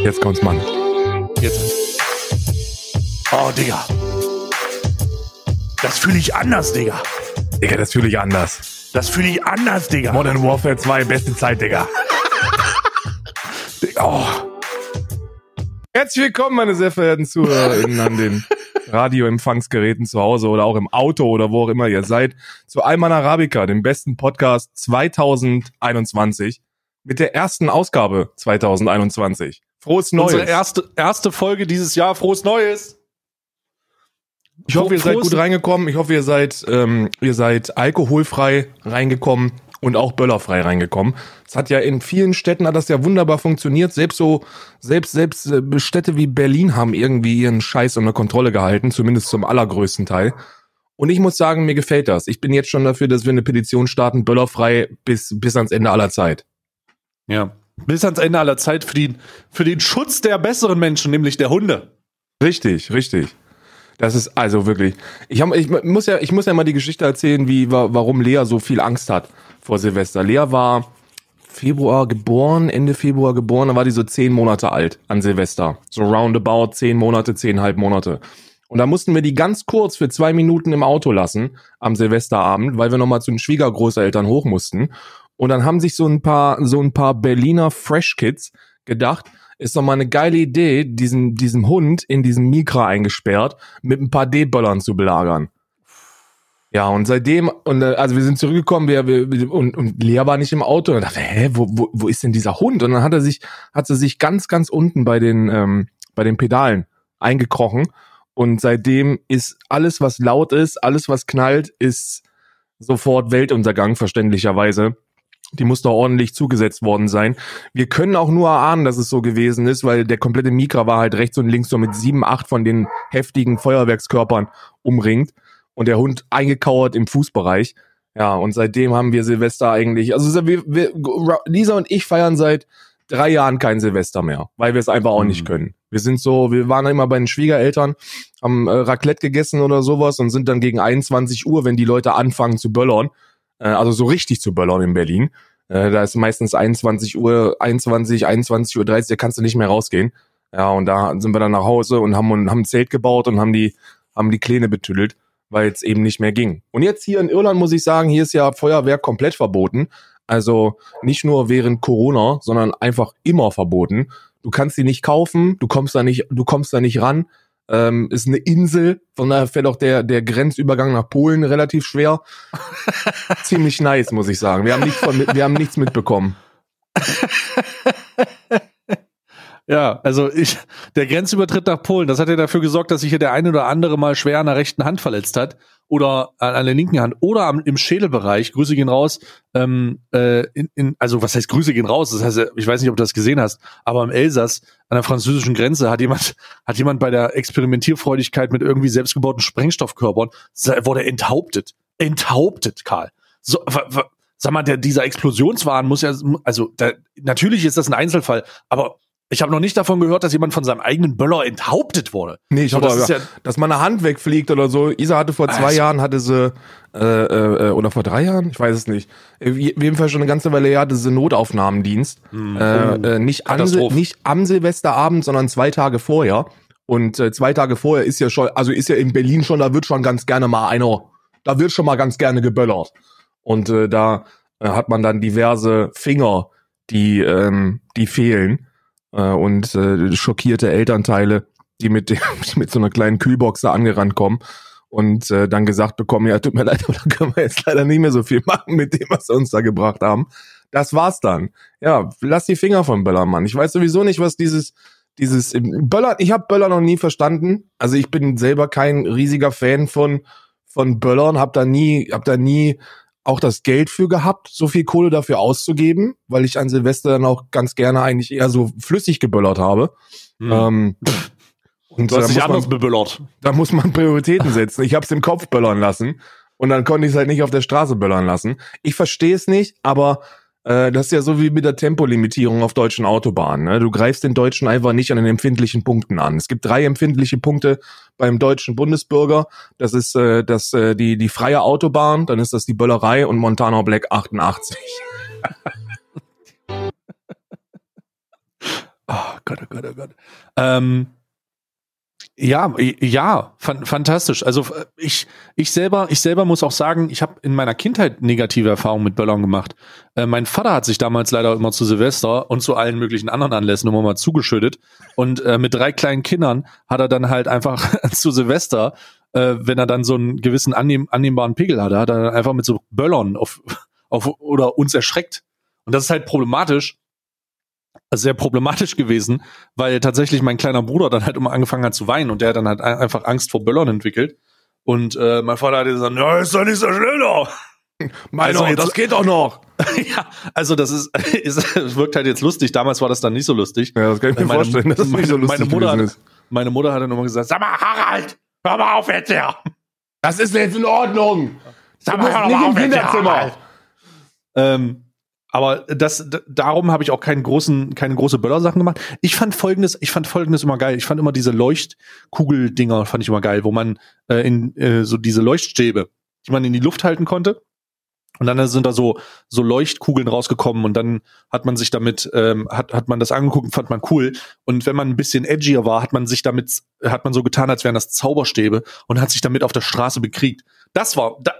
Jetzt kommt's, Mann. Jetzt. Oh, Digga. Das fühle ich anders, Digga. Digga, das fühle ich anders. Das fühle ich anders, Digga. Modern Warfare 2, beste Zeit, Digga. Oh. Herzlich willkommen, meine sehr verehrten ZuhörerInnen an den Radioempfangsgeräten zu Hause oder auch im Auto oder wo auch immer ihr seid, zu Ayman Arabica, dem besten Podcast 2021, mit der ersten Ausgabe 2021. Frohes Neues. Unsere erste Folge dieses Jahr. Frohes Neues. Ich hoffe, ihr seid gut reingekommen. Ich hoffe, ihr seid alkoholfrei reingekommen und auch böllerfrei reingekommen. Es hat ja in vielen Städten hat das ja wunderbar funktioniert. Selbst Städte wie Berlin haben irgendwie ihren Scheiß unter Kontrolle gehalten, zumindest zum allergrößten Teil. Und ich muss sagen, mir gefällt das. Ich bin jetzt schon dafür, dass wir eine Petition starten, böllerfrei bis ans Ende aller Zeit. Ja, bis ans Ende aller Zeit für den Schutz der besseren Menschen, nämlich der Hunde. Richtig. Das ist also wirklich. Ich muss ja mal die Geschichte erzählen, warum Lea so viel Angst hat vor Silvester. Lea war Ende Februar geboren, da war die so 10 Monate alt an Silvester. So roundabout 10 Monate, 10,5 Monate. Und da mussten wir die ganz kurz für 2 Minuten im Auto lassen am Silvesterabend, weil wir nochmal zu den Schwiegergroßeltern hoch mussten. Und dann haben sich so ein paar Berliner Fresh Kids gedacht, ist doch mal eine geile Idee, diesen Hund in diesem Micra eingesperrt mit ein paar D-Böllern zu belagern. Ja, und seitdem, also wir sind zurückgekommen, und Lea war nicht im Auto, und dachte, wo ist denn dieser Hund? Und dann hat sie sich ganz, ganz unten bei den Pedalen eingekrochen, und seitdem ist alles, was laut ist, alles, was knallt, ist sofort Weltuntergang, verständlicherweise. Die muss doch ordentlich zugesetzt worden sein. Wir können auch nur erahnen, dass es so gewesen ist, weil der komplette Micra war halt rechts und links so mit 7, 8 von den heftigen Feuerwerkskörpern umringt und der Hund eingekauert im Fußbereich. Ja, und seitdem haben wir Silvester eigentlich, also Lisa und ich feiern seit 3 Jahren kein Silvester mehr, weil wir es einfach auch nicht können. Wir waren immer bei den Schwiegereltern, haben Raclette gegessen oder sowas und sind dann gegen 21 Uhr, wenn die Leute anfangen zu böllern, also so richtig zu böllern in Berlin. Da ist meistens 21 Uhr, 21:30 Uhr, da kannst du nicht mehr rausgehen. Ja, und da sind wir dann nach Hause und haben ein Zelt gebaut und haben die Kleine betüdelt, weil es eben nicht mehr ging. Und jetzt hier in Irland muss ich sagen, hier ist ja Feuerwerk komplett verboten. Also nicht nur während Corona, sondern einfach immer verboten. Du kannst die nicht kaufen, du kommst da nicht ran. Ist eine Insel, von daher fällt auch der Grenzübergang nach Polen relativ schwer. Ziemlich nice, muss ich sagen. Wir haben nichts mitbekommen. Ja, also der Grenzübertritt nach Polen, das hat ja dafür gesorgt, dass sich hier der eine oder andere mal schwer an der rechten Hand verletzt hat oder an der linken Hand oder im Schädelbereich. Grüße gehen raus. Also was heißt Grüße gehen raus? Das heißt, ich weiß nicht, ob du das gesehen hast, aber im Elsass an der französischen Grenze hat jemand bei der Experimentierfreudigkeit mit irgendwie selbstgebauten Sprengstoffkörpern wurde enthauptet. Enthauptet, Karl. So, sag mal, dieser Explosionswahn muss ja, also natürlich ist das ein Einzelfall, aber ich habe noch nicht davon gehört, dass jemand von seinem eigenen Böller enthauptet wurde. Nee, dass mal eine Hand wegfliegt oder so. Isa hatte vor 2 Jahren, oder vor 3 Jahren? Ich weiß es nicht. Auf jeden Fall schon eine ganze Weile her hatte sie Notaufnahmendienst. Nicht am Silvesterabend, sondern 2 Tage vorher. Und 2 Tage vorher ist ja in Berlin schon, da wird schon ganz gerne ganz gerne geböllert. Und da hat man dann diverse Finger, die fehlen. Und schockierte Elternteile, die mit so einer kleinen Kühlbox da angerannt kommen und dann gesagt bekommen, ja, tut mir leid, aber da können wir jetzt leider nicht mehr so viel machen mit dem, was sie uns da gebracht haben. Das war's dann. Ja, lass die Finger vom Böllern, Mann. Ich weiß sowieso nicht, was dieses Böllern, ich habe Böllern noch nie verstanden. Also ich bin selber kein riesiger Fan von Böllern, hab da nie auch das Geld für gehabt, so viel Kohle dafür auszugeben, weil ich an Silvester dann auch ganz gerne eigentlich eher so flüssig geböllert habe. Und du hast dich anders beböllert. Da muss man Prioritäten setzen. Ich habe es im Kopf böllern lassen und dann konnte ich es halt nicht auf der Straße böllern lassen. Ich verstehe es nicht, aber das ist ja so wie mit der Tempolimitierung auf deutschen Autobahnen. Ne? Du greifst den Deutschen einfach nicht an den empfindlichen Punkten an. Es gibt 3 empfindliche Punkte beim deutschen Bundesbürger. Das ist die freie Autobahn, dann ist das die Böllerei und Montana Black 88. Oh Gott, oh Gott, oh Gott. Fantastisch. Also ich selber muss auch sagen, ich habe in meiner Kindheit negative Erfahrungen mit Böllern gemacht. Mein Vater hat sich damals leider immer zu Silvester und zu allen möglichen anderen Anlässen immer mal zugeschüttet. Und mit 3 kleinen Kindern hat er dann halt einfach zu Silvester, wenn er dann so einen gewissen annehmbaren Pegel hatte, hat er dann einfach mit so Böllern auf oder uns erschreckt. Und das ist halt problematisch. Sehr problematisch gewesen, weil tatsächlich mein kleiner Bruder dann halt immer angefangen hat zu weinen und der hat dann halt einfach Angst vor Böllern entwickelt. Und mein Vater hat gesagt, ja, ist doch nicht so schlimm doch. Also, das geht doch noch. Ja, also das es wirkt halt jetzt lustig. Damals war das dann nicht so lustig. Ja, das kann ich mir vorstellen, dass das nicht so lustig ist. Meine Mutter hat dann immer gesagt, sag mal, Harald, hör mal auf jetzt her. Das ist jetzt in Ordnung. Sag mal, hör mal auf jetzt Kinderzimmer. Aber darum habe ich auch keine große Böllersachen gemacht. Ich fand Folgendes immer geil. Ich fand immer diese Leuchtkugeldinger fand ich immer geil, wo man so diese Leuchtstäbe, die man in die Luft halten konnte. Und dann sind da so Leuchtkugeln rausgekommen und dann hat man sich damit, hat man das angeguckt und fand man cool. Und wenn man ein bisschen edgier war, hat man so getan, als wären das Zauberstäbe und hat sich damit auf der Straße bekriegt. Das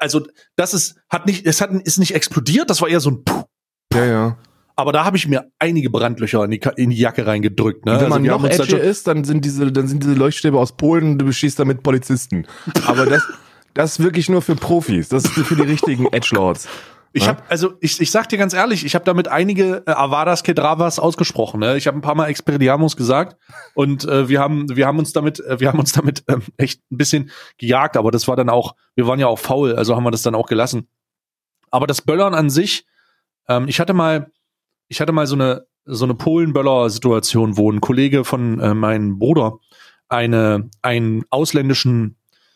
ist nicht explodiert, das war eher so ein Puh. Ja. Aber da habe ich mir einige Brandlöcher in die Jacke reingedrückt. Ne? Und wenn man noch edgier ist, dann sind diese Leuchtstäbe aus Polen und du beschießt damit Polizisten. Aber das ist wirklich nur für Profis. Das ist für die richtigen Edgelords. Ich sag dir ganz ehrlich, ich habe damit einige Avadas Kedavras ausgesprochen. Ne? Ich habe ein paar Mal Expelliarmus gesagt und wir haben uns damit echt ein bisschen gejagt. Aber das war dann auch, wir waren ja auch faul, also haben wir das dann auch gelassen. Aber das Böllern an sich, ich hatte mal so eine Polen-Böller-Situation, wo ein Kollege von meinem Bruder eine ausländische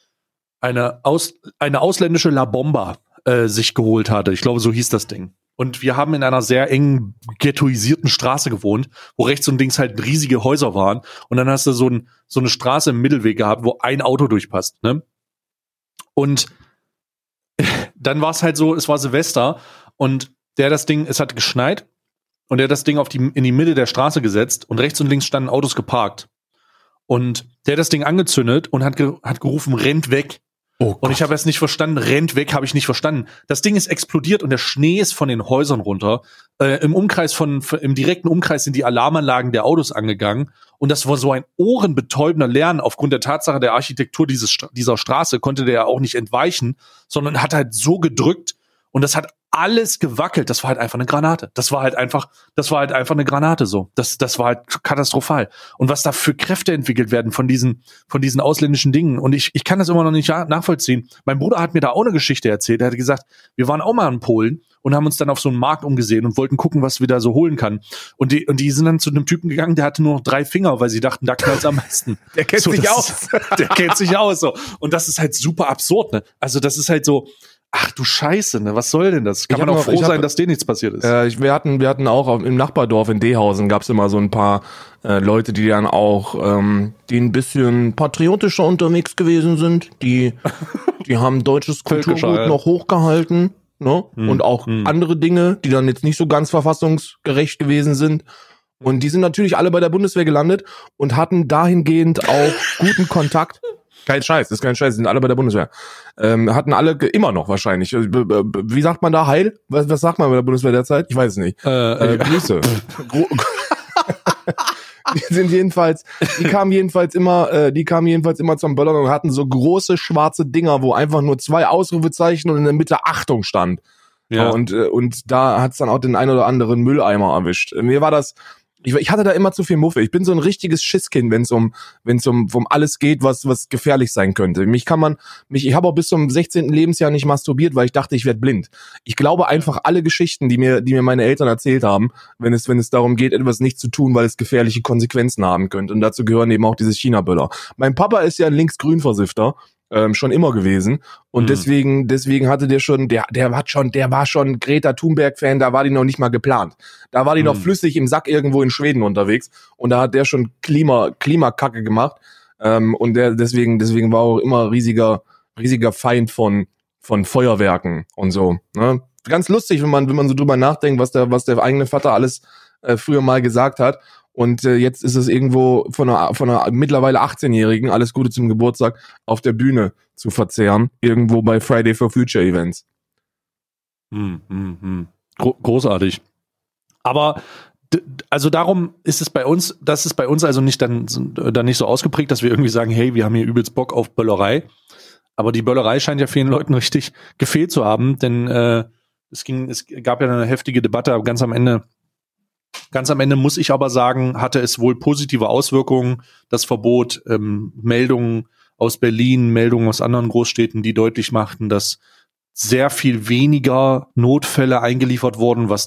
La Bomba sich geholt hatte. Ich glaube, so hieß das Ding. Und wir haben in einer sehr eng ghettoisierten Straße gewohnt, wo rechts und links halt riesige Häuser waren. Und dann hast du so eine Straße im Mittelweg gehabt, wo ein Auto durchpasst. Ne? Und dann war es halt so, es war Silvester und es hat geschneit und der hat das Ding in die Mitte der Straße gesetzt und rechts und links standen Autos geparkt. Und der hat das Ding angezündet und hat gerufen, rennt weg. Oh Gott. Und ich habe es nicht verstanden, rennt weg, habe ich nicht verstanden. Das Ding ist explodiert und der Schnee ist von den Häusern runter. Im direkten Umkreis sind die Alarmanlagen der Autos angegangen. Und das war so ein ohrenbetäubender Lärm. Aufgrund der Tatsache der Architektur dieser Straße konnte der ja auch nicht entweichen, sondern hat halt so gedrückt. Und das hat alles gewackelt. Das war halt einfach eine Granate. Das war halt einfach eine Granate so. Das war halt katastrophal. Und was da für Kräfte entwickelt werden von diesen ausländischen Dingen. Und ich kann das immer noch nicht nachvollziehen. Mein Bruder hat mir da auch eine Geschichte erzählt. Er hat gesagt, wir waren auch mal in Polen und haben uns dann auf so einen Markt umgesehen und wollten gucken, was wir da so holen kann. Und die sind dann zu einem Typen gegangen, der hatte nur noch 3 Finger, weil sie dachten, da knallt's am meisten. Der kennt sich aus. Der kennt sich aus so. Und das ist halt super absurd, ne? Also das ist halt so, ach du Scheiße, ne? Was soll denn das? Kann man auch froh sein, dass denen nichts passiert ist. Wir hatten auch im Nachbardorf in Dehausen gab's immer so ein paar Leute, die dann auch die ein bisschen patriotischer unterwegs gewesen sind. Die haben deutsches Kulturgut noch hochgehalten, ne? Und auch andere Dinge, die dann jetzt nicht so ganz verfassungsgerecht gewesen sind. Und die sind natürlich alle bei der Bundeswehr gelandet und hatten dahingehend auch guten Kontakt. Kein Scheiß, das ist kein Scheiß, die sind alle bei der Bundeswehr. Hatten alle immer noch wahrscheinlich. Wie sagt man da Heil? Was sagt man bei der Bundeswehr derzeit? Ich weiß es nicht. Grüße. Die kamen jedenfalls immer zum Böllern und hatten so große schwarze Dinger, wo einfach nur 2 Ausrufezeichen und in der Mitte Achtung stand. Ja. Und da hat's dann auch den ein oder anderen Mülleimer erwischt. Mir war das, ich hatte da immer zu viel Muffe. Ich bin so ein richtiges Schisskind, wenn es um alles geht, was gefährlich sein könnte. Ich habe auch bis zum 16. Lebensjahr nicht masturbiert, weil ich dachte, ich werde blind. Ich glaube einfach alle Geschichten, die mir meine Eltern erzählt haben, wenn es darum geht, etwas nicht zu tun, weil es gefährliche Konsequenzen haben könnte. Und dazu gehören eben auch diese China-Böller. Mein Papa ist ja ein linksgrün-Versiffter. Schon immer gewesen und deswegen hatte der war schon Greta Thunberg-Fan, da war die noch nicht mal geplant. Da war die noch flüssig im Sack irgendwo in Schweden unterwegs und da hat der schon Klimakacke gemacht und deswegen war auch immer riesiger Feind von Feuerwerken und so. Ne? Ganz lustig, wenn man so drüber nachdenkt, was der eigene Vater alles früher mal gesagt hat. Und jetzt ist es irgendwo von einer mittlerweile 18-Jährigen, alles Gute zum Geburtstag, auf der Bühne zu verzehren, irgendwo bei Friday for Future Events. Großartig. Aber also darum ist es bei uns, das ist bei uns also nicht dann nicht so ausgeprägt, dass wir irgendwie sagen, hey, wir haben hier übelst Bock auf Böllerei. Aber die Böllerei scheint ja vielen Leuten richtig gefehlt zu haben, denn es gab ja eine heftige Debatte, aber ganz am Ende muss ich aber sagen, hatte es wohl positive Auswirkungen, das Verbot, Meldungen aus Berlin, Meldungen aus anderen Großstädten, die deutlich machten, dass sehr viel weniger Notfälle eingeliefert wurden, was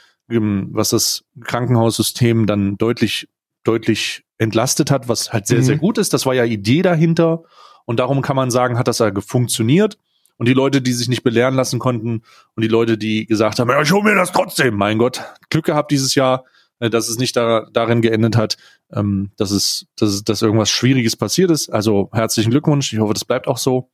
das Krankenhaussystem dann deutlich entlastet hat, was halt sehr, sehr gut ist. Das war ja Idee dahinter. Und darum kann man sagen, hat das ja funktioniert. Und die Leute, die sich nicht belehren lassen konnten und die Leute, die gesagt haben, ja, ich hole mir das trotzdem, mein Gott, Glück gehabt dieses Jahr, dass es nicht darin geendet hat, dass irgendwas Schwieriges passiert ist. Also herzlichen Glückwunsch, ich hoffe, das bleibt auch so.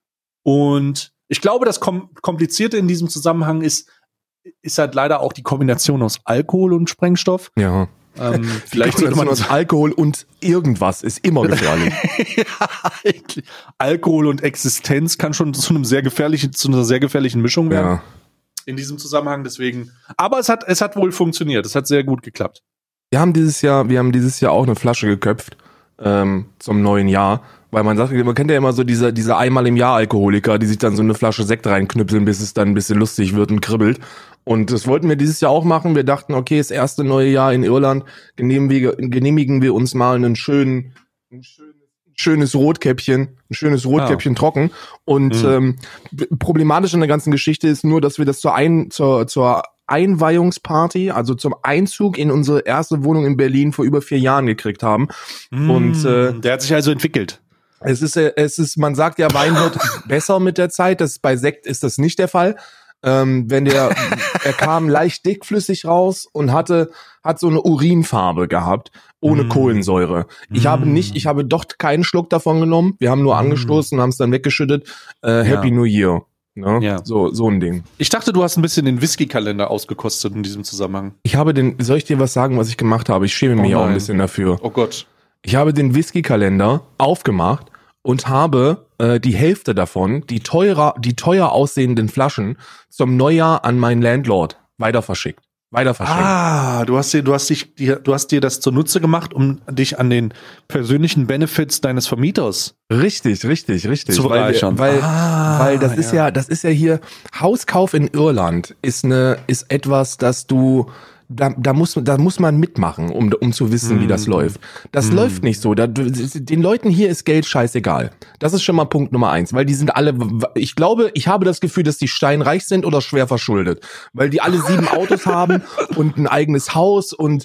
Und ich glaube, das Komplizierte in diesem Zusammenhang ist halt leider auch die Kombination aus Alkohol und Sprengstoff. Ja. Vielleicht sollte man aus Alkohol und irgendwas ist immer gefährlich. Ja, Alkohol und Existenz kann schon zu einer sehr gefährlichen Mischung werden. Ja. In diesem Zusammenhang, deswegen. Aber es hat wohl funktioniert. Es hat sehr gut geklappt. Wir haben dieses Jahr auch eine Flasche geköpft zum neuen Jahr, weil man kennt ja immer so diese einmal im Jahr Alkoholiker, die sich dann so eine Flasche Sekt reinknüpseln, bis es dann ein bisschen lustig wird und kribbelt. Und das wollten wir dieses Jahr auch machen. Wir dachten, okay, das erste neue Jahr in Irland, genehmigen wir uns mal ein schönes Rotkäppchen trocken. Und problematisch an der ganzen Geschichte ist nur, dass wir das zur Einweihungsparty, also zum Einzug in unsere erste Wohnung in Berlin vor über 4 Jahren gekriegt haben. Und der hat sich also entwickelt. Es ist, man sagt ja, Wein wird besser mit der Zeit. Bei Sekt ist das nicht der Fall. Er kam leicht dickflüssig raus und hat so eine Urinfarbe gehabt, ohne Kohlensäure. Ich habe doch keinen Schluck davon genommen. Wir haben nur angestoßen und haben es dann weggeschüttet. Happy New Year. Ne? Ja. So ein Ding. Ich dachte, du hast ein bisschen den Whisky-Kalender ausgekostet in diesem Zusammenhang. Soll ich dir was sagen, was ich gemacht habe? Ich schäme mich auch ein bisschen dafür. Oh Gott. Ich habe den Whisky-Kalender aufgemacht und habe die Hälfte davon, die teuer aussehenden Flaschen, zum Neujahr an meinen Landlord weiter verschickt. Ah, du hast dir das zunutze gemacht, um dich an den persönlichen Benefits deines Vermieters richtig zu bereichern. Weil das ist ja hier, Hauskauf in Irland ist etwas, das du da muss man mitmachen, um zu wissen, wie das läuft. Das läuft nicht so. Den Leuten hier ist Geld scheißegal. Das ist schon mal Punkt Nummer 1, weil die sind alle, ich habe das Gefühl, dass die steinreich sind oder schwer verschuldet, weil die alle 7 Autos haben und ein eigenes Haus und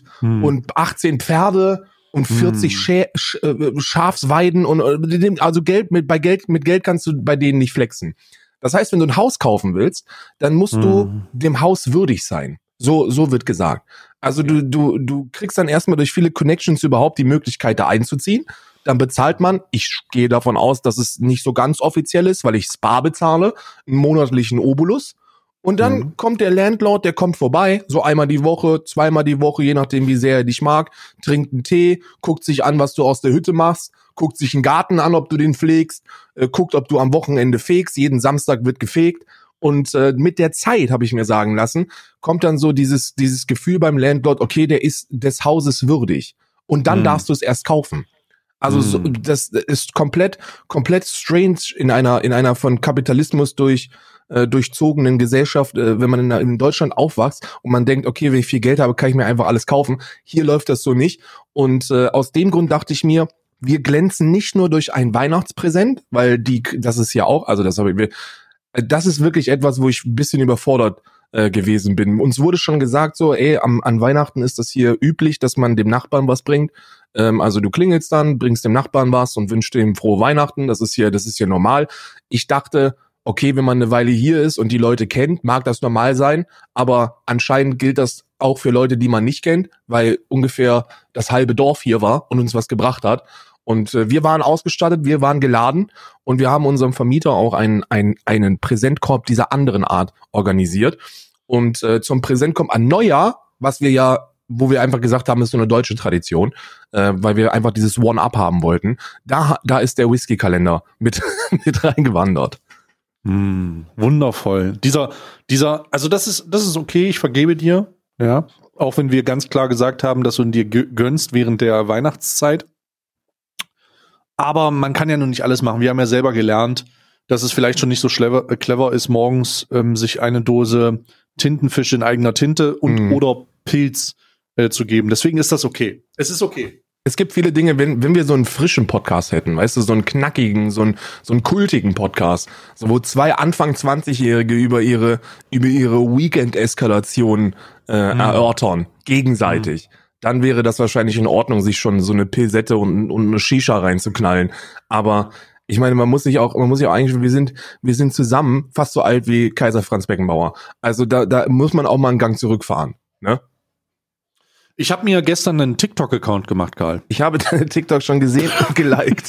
18 Pferde und 40 Schafsweiden und also mit Geld kannst du bei denen nicht flexen. Das heißt, wenn du ein Haus kaufen willst, dann musst du dem Haus würdig sein. So wird gesagt. Also du kriegst dann erstmal durch viele Connections überhaupt die Möglichkeit, da einzuziehen. Dann bezahlt man, ich gehe davon aus, dass es nicht so ganz offiziell ist, weil ich Spa bezahle, einen monatlichen Obolus. Und dann kommt der Landlord, der kommt vorbei, so einmal die Woche, zweimal die Woche, je nachdem, wie sehr er dich mag, trinkt einen Tee, guckt sich an, was du aus der Hütte machst, guckt sich einen Garten an, ob du den pflegst, guckt, ob du am Wochenende fegst, jeden Samstag wird gefegt. Und mit der Zeit, habe ich mir sagen lassen, kommt dann so dieses Gefühl beim Landlord, okay, der ist des Hauses würdig. Und dann darfst du es erst kaufen. Also das ist komplett strange in einer von Kapitalismus durchzogenen Gesellschaft, wenn man in Deutschland aufwächst und man denkt, okay, wenn ich viel Geld habe, kann ich mir einfach alles kaufen. Hier läuft das so nicht. Und aus dem Grund dachte ich mir, wir glänzen nicht nur durch ein Weihnachtspräsent, weil das ist ja auch, also das ist wirklich etwas, wo ich ein bisschen überfordert gewesen bin. Uns wurde schon gesagt, so, an Weihnachten ist das hier üblich, dass man dem Nachbarn was bringt. Also du klingelst dann, bringst dem Nachbarn was und wünschst ihm frohe Weihnachten. Das ist hier normal. Ich dachte, okay, wenn man eine Weile hier ist und die Leute kennt, mag das normal sein, aber anscheinend gilt das auch für Leute, die man nicht kennt, weil ungefähr das halbe Dorf hier war und uns was gebracht hat. Und wir waren ausgestattet, wir waren geladen und wir haben unserem Vermieter auch einen Präsentkorb dieser anderen Art organisiert. Und zum Präsentkorb an Neujahr, was wir ja wo wir einfach gesagt haben, das ist so eine deutsche Tradition, weil wir einfach dieses One-Up haben wollten. Da ist der Whisky-Kalender mit reingewandert. Wundervoll. Also das ist okay, ich vergebe dir, ja. Auch wenn wir ganz klar gesagt haben, dass du ihn dir gönnst während der Weihnachtszeit. Aber man kann ja nun nicht alles machen. Wir haben ja selber gelernt, dass es vielleicht schon nicht so clever ist, morgens sich eine Dose Tintenfisch in eigener Tinte und oder Pilz zu geben. Deswegen ist das okay. Es ist okay. Es gibt viele Dinge, wenn wir so einen frischen Podcast hätten, weißt du, so einen knackigen, so einen kultigen Podcast, so wo zwei Anfang 20-Jährige über ihre Weekend-Eskalation erörtern, gegenseitig, dann wäre das wahrscheinlich in Ordnung, sich schon so eine Pilsette und eine Shisha reinzuknallen. Aber ich meine, man muss sich auch eigentlich, wir sind zusammen fast so alt wie Kaiser Franz Beckenbauer. Also da muss man auch mal einen Gang zurückfahren, ne? Ich habe mir gestern einen TikTok-Account gemacht, Karl. Ich habe deine TikTok schon gesehen und geliked.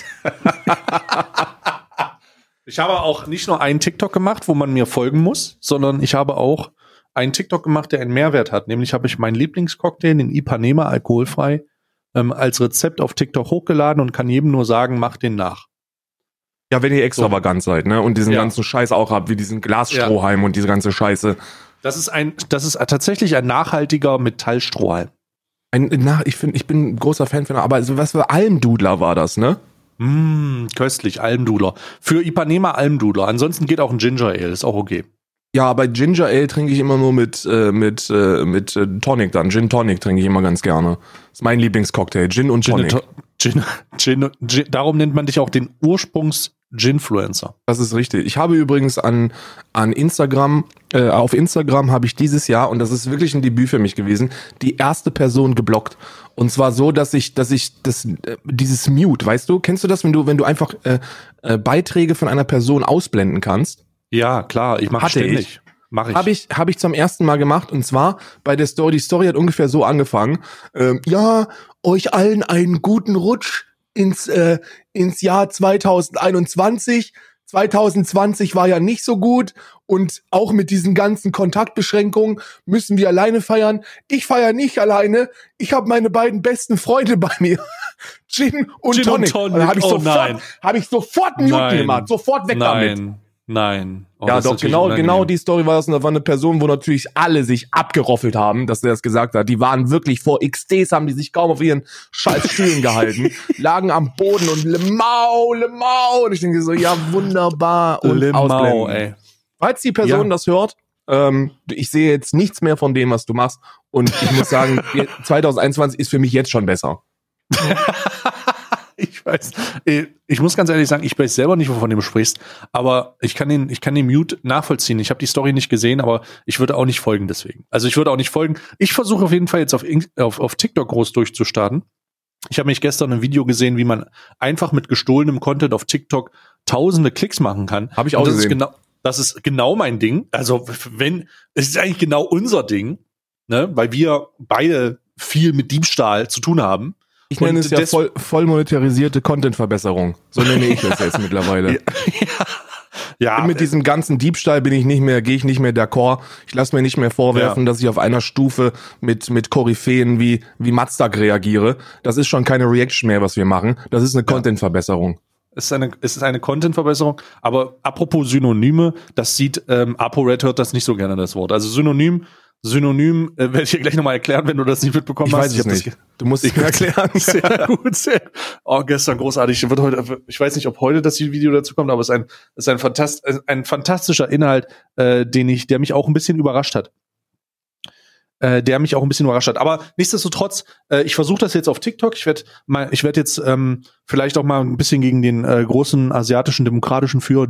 Ich habe auch nicht nur einen TikTok gemacht, wo man mir folgen muss, sondern ich habe auch einen TikTok gemacht, der einen Mehrwert hat. Nämlich habe ich meinen Lieblingscocktail, den Ipanema, alkoholfrei, als Rezept auf TikTok hochgeladen und kann jedem nur sagen, mach den nach. Ja, wenn ihr extravagant seid, ne? Und diesen ganzen Scheiß auch habt, wie diesen Glasstrohhalm und diese ganze Scheiße. Das ist tatsächlich ein nachhaltiger Metallstrohhalm. Ich bin ein großer Fan von, aber so was für Almdudler war das, ne? Köstlich, Almdudler. Für Ipanema Almdudler. Ansonsten geht auch ein Ginger Ale, ist auch okay. Ja, bei Ginger Ale trinke ich immer nur mit Tonic dann. Gin Tonic trinke ich immer ganz gerne. Das ist mein Lieblingscocktail, Gin und Tonic. Gin, darum nennt man dich auch den Ursprungs-Ginfluencer. Das ist richtig. Ich habe übrigens an Instagram, auf Instagram habe ich dieses Jahr, und das ist wirklich ein Debüt für mich gewesen, die erste Person geblockt. Und zwar so, dass ich dieses Mute, weißt du, kennst du das, wenn du einfach Beiträge von einer Person ausblenden kannst? Ja, klar, ich mache ständig. Habe ich zum ersten Mal gemacht, und zwar bei der Story. Die Story hat ungefähr so angefangen. Euch allen einen guten Rutsch ins Jahr 2021. 2020 war ja nicht so gut, und auch mit diesen ganzen Kontaktbeschränkungen müssen wir alleine feiern. Ich feiere nicht alleine. Ich habe meine beiden besten Freunde bei mir. Gin und Tonic. Und dann habe ich sofort Mute gemacht. Sofort weg damit. Nein. Oh, ja, doch, genau die Story war das. Und da war eine Person, wo natürlich alle sich abgeroffelt haben, dass der das gesagt hat. Die waren wirklich vor XDs, haben die sich kaum auf ihren scheiß Stühlen gehalten, lagen am Boden und Lemau. Und ich denke so, ja, wunderbar. Und ausblenden. Ey. Falls die Person das hört, ich sehe jetzt nichts mehr von dem, was du machst. Und ich muss sagen, 2021 ist für mich jetzt schon besser. Ich weiß. Ich muss ganz ehrlich sagen, ich weiß selber nicht, wovon du sprichst, aber ich kann den Mute nachvollziehen. Ich habe die Story nicht gesehen, aber ich würde auch nicht folgen deswegen. Also ich würde auch nicht folgen. Ich versuche auf jeden Fall jetzt auf TikTok groß durchzustarten. Ich habe mich gestern ein Video gesehen, wie man einfach mit gestohlenem Content auf TikTok tausende Klicks machen kann. Habe ich auch gesehen. Das ist genau mein Ding. Also es ist eigentlich genau unser Ding, ne? Weil wir beide viel mit Diebstahl zu tun haben. Ich nenne es ja voll monetarisierte Content-Verbesserung. So nenne ich es jetzt mittlerweile. Ja. Mit diesem ganzen Diebstahl gehe ich nicht mehr d'accord. Ich lasse mir nicht mehr vorwerfen, dass ich auf einer Stufe mit Koryphäen wie Mazdak reagiere. Das ist schon keine Reaction mehr, was wir machen. Das ist eine Content-Verbesserung. Es ist eine Content-Verbesserung, aber apropos Synonyme, das sieht, ApoRed hört das nicht so gerne, das Wort. Also Synonym werde ich dir gleich nochmal erklären, wenn du das nicht mitbekommen hast. Ich weiß es nicht. Du musst es mir erklären. Sehr gut, Oh, gestern großartig. Ich weiß nicht, ob heute das Video dazu kommt, aber es ist ein fantastischer Inhalt, der mich auch ein bisschen überrascht hat. Aber nichtsdestotrotz, ich versuche das jetzt auf TikTok. Ich werde jetzt vielleicht auch mal ein bisschen gegen den großen asiatischen demokratischen Führer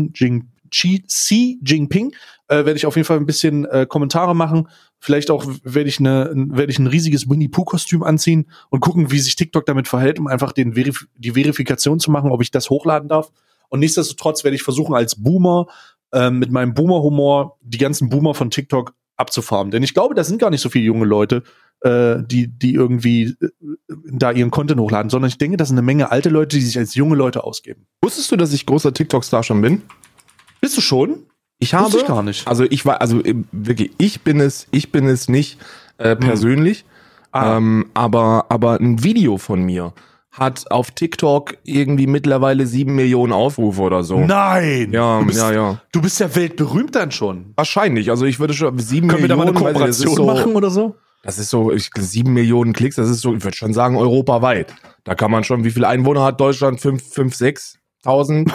Xi Jinping werde ich auf jeden Fall ein bisschen Kommentare machen. Vielleicht auch werde ich ein riesiges Winnie-Pooh-Kostüm anziehen und gucken, wie sich TikTok damit verhält, um einfach die Verifikation zu machen, ob ich das hochladen darf. Und nichtsdestotrotz werde ich versuchen, als Boomer mit meinem Boomer-Humor die ganzen Boomer von TikTok abzufarmen. Denn ich glaube, das sind gar nicht so viele junge Leute, die irgendwie da ihren Content hochladen, sondern ich denke, das sind eine Menge alte Leute, die sich als junge Leute ausgeben. Wusstest du, dass ich großer TikTok-Star schon bin? Bist du schon? Wusste ich gar nicht. Also ich bin es nicht persönlich, Aber ein Video von mir hat auf TikTok irgendwie mittlerweile 7 Millionen Aufrufe oder so. Nein! Ja, Du bist ja weltberühmt dann schon. Wahrscheinlich, also ich würde schon 7 Können Millionen. wir da mal eine Kooperation machen oder so? Das ist so, 7 Millionen Klicks, das ist so, ich würde schon sagen, europaweit. Da kann man schon, wie viele Einwohner hat Deutschland? 6.000?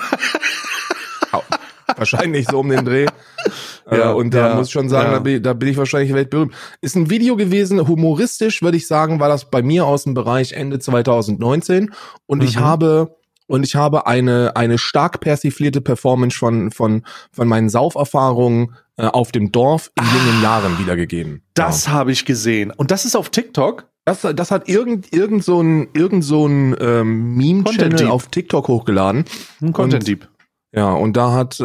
Wahrscheinlich so um den Dreh. Und da muss ich schon sagen, da bin ich wahrscheinlich weltberühmt. Ist ein Video gewesen, humoristisch, würde ich sagen, war das bei mir aus dem Bereich Ende 2019. Und ich habe eine stark persiflierte Performance von meinen Sauferfahrungen auf dem Dorf in jungen Jahren wiedergegeben. Das habe ich gesehen. Und das ist auf TikTok? Das hat irgend so ein Meme-Channel auf TikTok hochgeladen. Ein Content-Dieb. Ja, und hat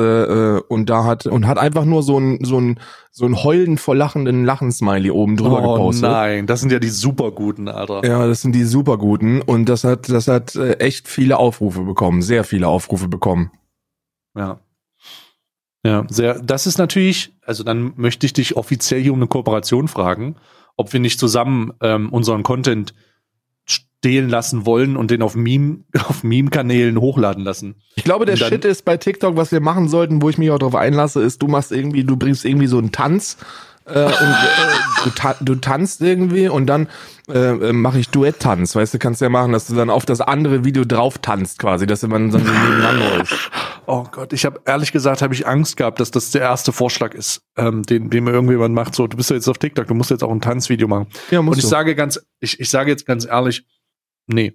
einfach nur so ein heulen vor lachenden Lachen-Smiley oben drüber gepostet. Oh nein, das sind ja die Superguten, Alter. Ja, das sind die Superguten und das hat echt viele Aufrufe bekommen, sehr viele Aufrufe bekommen. Ja. Ja, das ist natürlich, also dann möchte ich dich offiziell hier um eine Kooperation fragen, ob wir nicht zusammen unseren Content stehlen lassen wollen und den auf Meme-Kanälen hochladen lassen. Ich glaube, der Shit ist bei TikTok, was wir machen sollten, wo ich mich auch drauf einlasse, ist, du bringst irgendwie so einen Tanz und du tanzt irgendwie und dann mache ich Duett-Tanz, weißt du, kannst ja machen, dass du dann auf das andere Video drauf tanzt quasi, dass man so nebeneinander ist. Oh Gott, ehrlich gesagt, habe ich Angst gehabt, dass das der erste Vorschlag ist, den mir irgendjemand macht, so, du bist ja jetzt auf TikTok, du musst jetzt auch ein Tanzvideo machen. Ja, und ich sage jetzt ganz ehrlich, nee.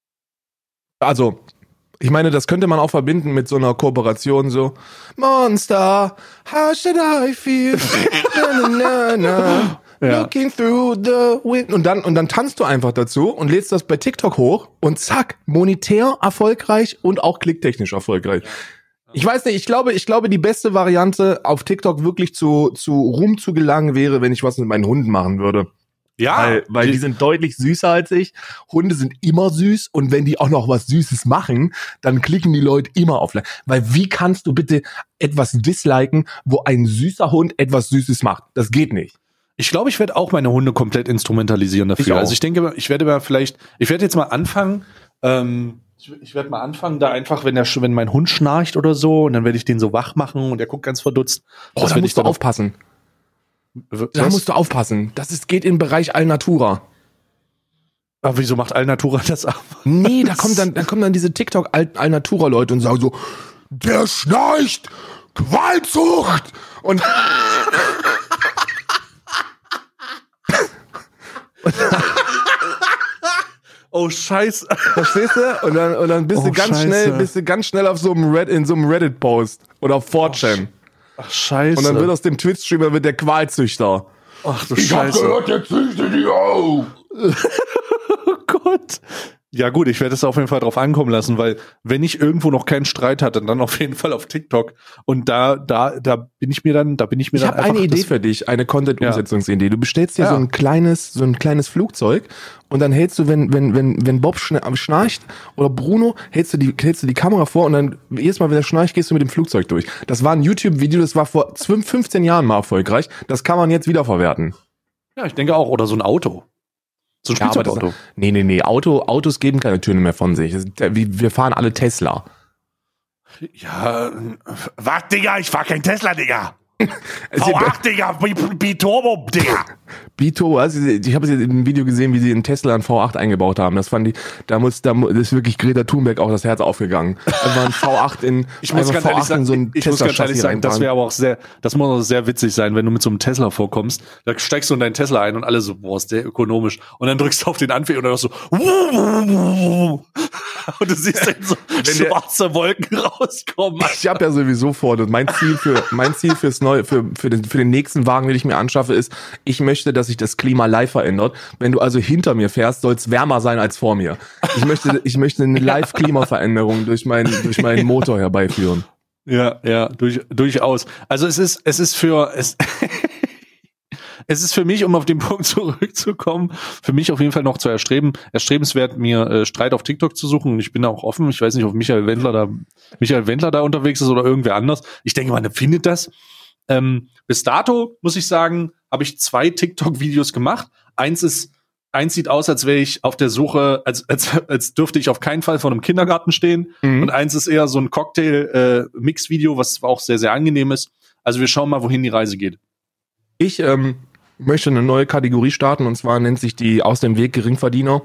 Also, ich meine, das könnte man auch verbinden mit so einer Kooperation, so Monster, how should I feel? na, na, na, na. Looking through the wind. Und dann tanzt du einfach dazu und lädst das bei TikTok hoch und zack, monetär erfolgreich und auch klicktechnisch erfolgreich. Ich weiß nicht, ich glaube, die beste Variante auf TikTok wirklich zu Ruhm zu gelangen wäre, wenn ich was mit meinen Hunden machen würde. Ja, weil die sind deutlich süßer als ich. Hunde sind immer süß und wenn die auch noch was Süßes machen, dann klicken die Leute immer auf Like. Weil wie kannst du bitte etwas disliken, wo ein süßer Hund etwas Süßes macht? Das geht nicht. Ich glaube, ich werde auch meine Hunde komplett instrumentalisieren dafür. Also ich denke, ich werde jetzt mal anfangen, ich werde mal anfangen, da einfach, wenn mein Hund schnarcht oder so, und dann werde ich den so wach machen und der guckt ganz verdutzt. Da musst du aufpassen. Da musst du aufpassen. Geht im Bereich Alnatura. Aber wieso macht Alnatura das ab? Nee, da kommen dann diese TikTok Alnatura-Leute und sagen so, der schnarcht! Qualzucht! Und oh Scheiße. Verstehst du? Und dann bist du ganz schnell auf in so einem Reddit-Post oder auf 4chan. Ach, Scheiße. Und dann wird aus dem Twitch-Streamer der Qualzüchter. Ach du Scheiße. Ich hab gehört, der züchtet die auch. Oh Gott. Ja gut, ich werde es auf jeden Fall drauf ankommen lassen, weil wenn ich irgendwo noch keinen Streit hatte, dann auf jeden Fall auf TikTok. Und da bin ich mir dann einfach. Ich habe eine Idee für dich, eine Content-Umsetzungsidee. Du bestellst dir so ein kleines Flugzeug und dann hältst du, wenn Bob schnarcht oder Bruno, hältst du die Kamera vor und dann jedes Mal, wenn er schnarcht, gehst du mit dem Flugzeug durch. Das war ein YouTube-Video, das war vor 15 Jahren mal erfolgreich. Das kann man jetzt wiederverwerten. Ja, ich denke auch. Oder so ein Auto. So ein Spielzeugauto. Nee. Autos geben keine Töne mehr von sich. Wir fahren alle Tesla. Ja, was, Digga? Ich fahr kein Tesla, Digga. V8, Digga, Biturbo, Digga. Biturbo, also ich habe jetzt in einem Video gesehen, wie sie in Tesla ein V8 eingebaut haben. Das fand ich, da ist wirklich Greta Thunberg auch das Herz aufgegangen. Das war ein V8 in so ein Tesla-Chassis sagen, das wäre aber auch das muss auch sehr witzig sein, wenn du mit so einem Tesla vorkommst, da steigst du in deinen Tesla ein und alle so, boah, ist der ökonomisch. Und dann drückst du auf den Anfänger und dann so, und du siehst dann so schwarze Wolken rauskommen. Ich habe ja sowieso vor, mein Ziel für den nächsten Wagen, den ich mir anschaffe, ist, ich möchte, dass sich das Klima live verändert. Wenn du also hinter mir fährst, soll es wärmer sein als vor mir. Ich möchte eine Live-Klimaveränderung durch meinen Motor herbeiführen. Ja, durchaus. Also es ist für mich, um auf den Punkt zurückzukommen, für mich auf jeden Fall noch erstrebenswert, mir Streit auf TikTok zu suchen. Und ich bin da auch offen. Ich weiß nicht, ob Michael Wendler da unterwegs ist oder irgendwer anders. Ich denke, man findet das. Bis dato, muss ich sagen, habe ich 2 TikTok-Videos gemacht. Eins ist eins sieht aus, als wäre ich auf der Suche, als dürfte ich auf keinen Fall vor einem Kindergarten stehen. Und eins ist eher so ein Cocktail-Mix-Video, was auch sehr, sehr angenehm ist. Also wir schauen mal, wohin die Reise geht. Ich möchte eine neue Kategorie starten, und zwar nennt sich die Aus dem Weg Geringverdiener.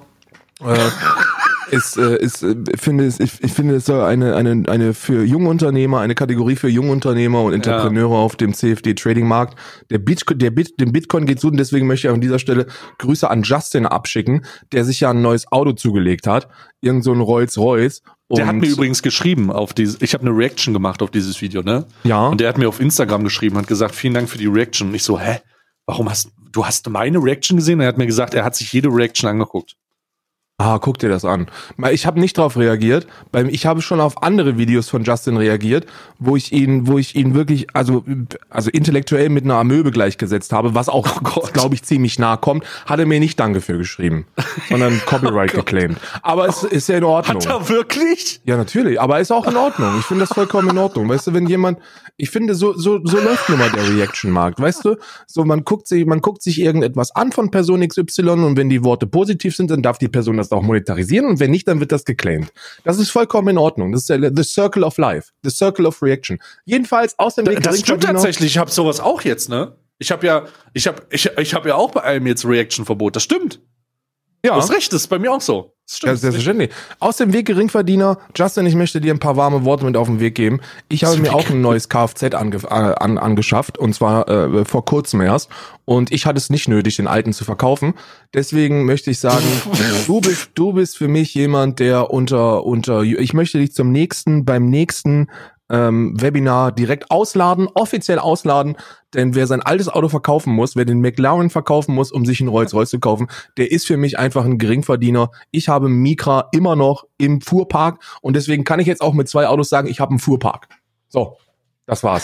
Ich finde, es soll eine für junge Unternehmer, eine Kategorie für junge Unternehmer und Entrepreneure auf dem CFD-Trading-Markt. Dem Bitcoin geht so, und deswegen möchte ich an dieser Stelle Grüße an Justin abschicken, der sich ja ein neues Auto zugelegt hat. Irgend so ein Rolls-Royce. Der hat mir übrigens geschrieben ich habe eine Reaction gemacht auf dieses Video, ne? Ja. Und der hat mir auf Instagram geschrieben, hat gesagt, vielen Dank für die Reaction. Und ich so, warum hast du meine Reaction gesehen? Er hat mir gesagt, er hat sich jede Reaction angeguckt. Guck dir das an. Ich habe nicht drauf reagiert. Ich habe schon auf andere Videos von Justin reagiert, wo ich ihn wirklich, also intellektuell mit einer Amöbe gleichgesetzt habe, was auch, glaube ich, ziemlich nahe kommt. Hat er mir nicht Danke für geschrieben, sondern Copyright geclaimed. Aber es ist ja in Ordnung. Hat er wirklich? Ja, natürlich. Aber ist auch in Ordnung. Ich finde das vollkommen in Ordnung. Weißt du, wenn jemand, ich finde, so läuft nun mal der Reaction-Markt. Weißt du, so man guckt sich irgendetwas an von Person XY, und wenn die Worte positiv sind, dann darf die Person das auch monetarisieren, und wenn nicht, dann wird das geclaimed. Das ist vollkommen in Ordnung. Das ist the Circle of Life, the Circle of Reaction. Jedenfalls aus dem Weg. Das stimmt tatsächlich. Ich habe sowas auch jetzt, ne? Ich habe ja auch bei allem jetzt Reaction-Verbot. Das stimmt. Ja. Du hast recht, das ist bei mir auch so. Das stimmt. Ja, selbstverständlich. Aus dem Weg Geringverdiener. Justin, ich möchte dir ein paar warme Worte mit auf den Weg geben. Ich habe mir auch ein neues Kfz angeschafft, und zwar vor kurzem erst. Und ich hatte es nicht nötig, den alten zu verkaufen. Deswegen möchte ich sagen, du bist für mich jemand, der ich möchte dich beim nächsten Webinar direkt offiziell ausladen, denn wer sein altes Auto verkaufen muss, wer den McLaren verkaufen muss, um sich einen Rolls-Royce zu kaufen, der ist für mich einfach ein Geringverdiener. Ich habe Micra immer noch im Fuhrpark, und deswegen kann ich jetzt auch mit 2 Autos sagen, ich habe einen Fuhrpark. So, das war's.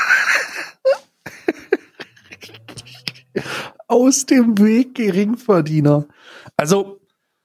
Aus dem Weg Geringverdiener. Also,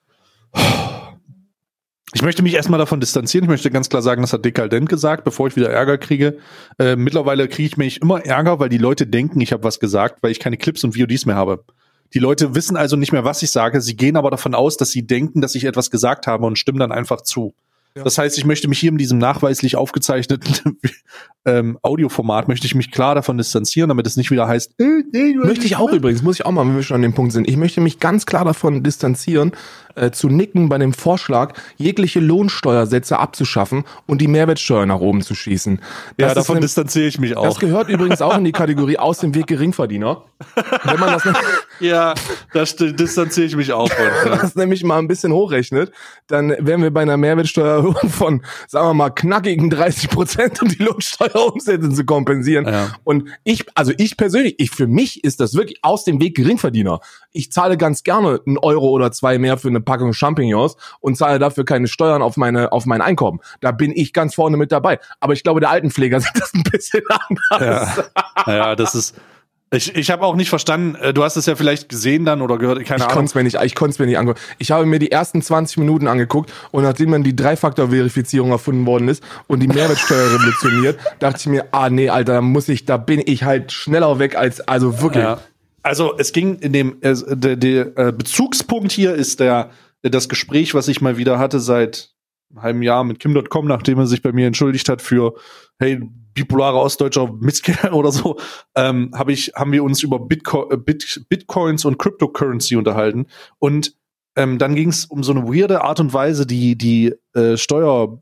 ich möchte mich erstmal davon distanzieren. Ich möchte ganz klar sagen, das hat Dekadent gesagt, bevor ich wieder Ärger kriege. Mittlerweile kriege ich mich immer Ärger, weil die Leute denken, ich habe was gesagt, weil ich keine Clips und VODs mehr habe. Die Leute wissen also nicht mehr, was ich sage. Sie gehen aber davon aus, dass sie denken, dass ich etwas gesagt habe, und stimmen dann einfach zu. Ja. Das heißt, ich möchte mich hier in diesem nachweislich aufgezeichneten Audioformat, möchte ich mich klar davon distanzieren, damit es nicht wieder heißt, möchte ich auch übrigens, muss ich auch mal, wenn wir schon an dem Punkt sind, ich möchte mich ganz klar davon distanzieren, zu nicken bei dem Vorschlag, jegliche Lohnsteuersätze abzuschaffen und die Mehrwertsteuer nach oben zu schießen. Ja, davon distanziere ich mich auch. Das gehört übrigens auch in die Kategorie aus dem Weg Geringverdiener. Wenn man das ja, das distanziere ich mich auch von. Wenn man das nämlich mal ein bisschen hochrechnet, dann wären wir bei einer Mehrwertsteuererhöhung von, sagen wir mal, knackigen 30%, um die Lohnsteuerumsätze zu kompensieren. Ja. Und ich persönlich, für mich ist das wirklich aus dem Weg Geringverdiener. Ich zahle ganz gerne 1 Euro oder 2 mehr für eine Packung Champignons und zahle dafür keine Steuern auf mein Einkommen. Da bin ich ganz vorne mit dabei. Aber ich glaube, der Altenpfleger sieht das ein bisschen anders. Ja, das ist... Ich habe auch nicht verstanden, du hast es ja vielleicht gesehen dann oder gehört, keine Ahnung. Ich konnte es mir nicht angucken. Ich habe mir die ersten 20 Minuten angeguckt, und nachdem dann die 3-Faktor-Verifizierung erfunden worden ist und die Mehrwertsteuer revolutioniert, dachte ich mir, nee, Alter, da bin ich halt schneller weg also wirklich. Ja. Also es ging in dem, der Bezugspunkt hier ist das Gespräch, was ich mal wieder hatte seit einem halben Jahr mit Kim.com, nachdem er sich bei mir entschuldigt hat für, hey, bipolarer ostdeutscher Mistkerl oder so, haben wir uns über Bitcoins und Cryptocurrency unterhalten. Und dann ging es um so eine weirde Art und Weise, die Steuer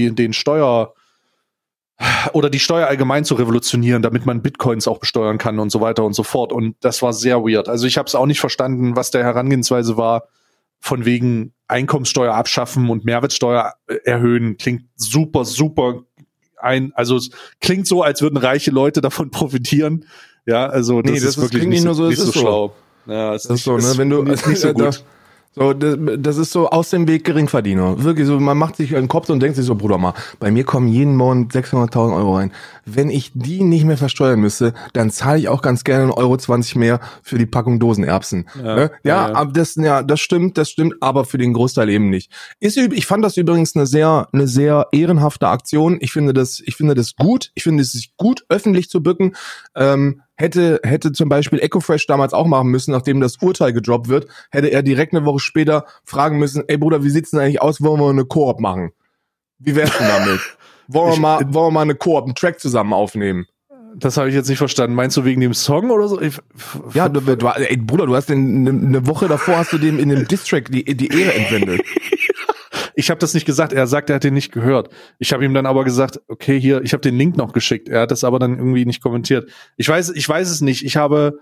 allgemein zu revolutionieren, damit man Bitcoins auch besteuern kann und so weiter und so fort. Und das war sehr weird. Also ich habe es auch nicht verstanden, was der Herangehensweise war, von wegen Einkommenssteuer abschaffen und Mehrwertsteuer erhöhen. Klingt super, super also es klingt so, als würden reiche Leute davon profitieren. Ja, also das ist wirklich nicht so schlau. Ja, das ist so, ne? Wenn du ist nicht so gut. So, das ist so aus dem Weg Geringverdiener. Wirklich so, man macht sich einen Kopf und denkt sich so, Bruder, mal, bei mir kommen jeden Monat 600.000 Euro rein. Wenn ich die nicht mehr versteuern müsste, dann zahle ich auch ganz gerne 1,20 € mehr für die Packung Dosenerbsen. Ja, ne? Ja. Das stimmt, aber für den Großteil eben nicht. Ich fand das übrigens eine sehr ehrenhafte Aktion. Ich finde das gut. Ich finde es ist gut, öffentlich zu bücken. hätte zum Beispiel Ecofresh damals auch machen müssen, nachdem das Urteil gedroppt wird, hätte er direkt eine Woche später fragen müssen, ey Bruder, wie sieht's denn eigentlich aus, wollen wir eine Koop machen? Wie wär's denn damit? Wollen wir mal eine Koop, einen Track zusammen aufnehmen? Das habe ich jetzt nicht verstanden. Meinst du wegen dem Song oder so? Ja, ey, Bruder, du hast eine Woche davor hast du dem in dem Diss-Track die Ehre entwendet. Ich habe das nicht gesagt. Er sagt, er hat den nicht gehört. Ich habe ihm dann aber gesagt, okay, hier, ich habe den Link noch geschickt. Er hat das aber dann irgendwie nicht kommentiert. Ich weiß es nicht. Ich habe,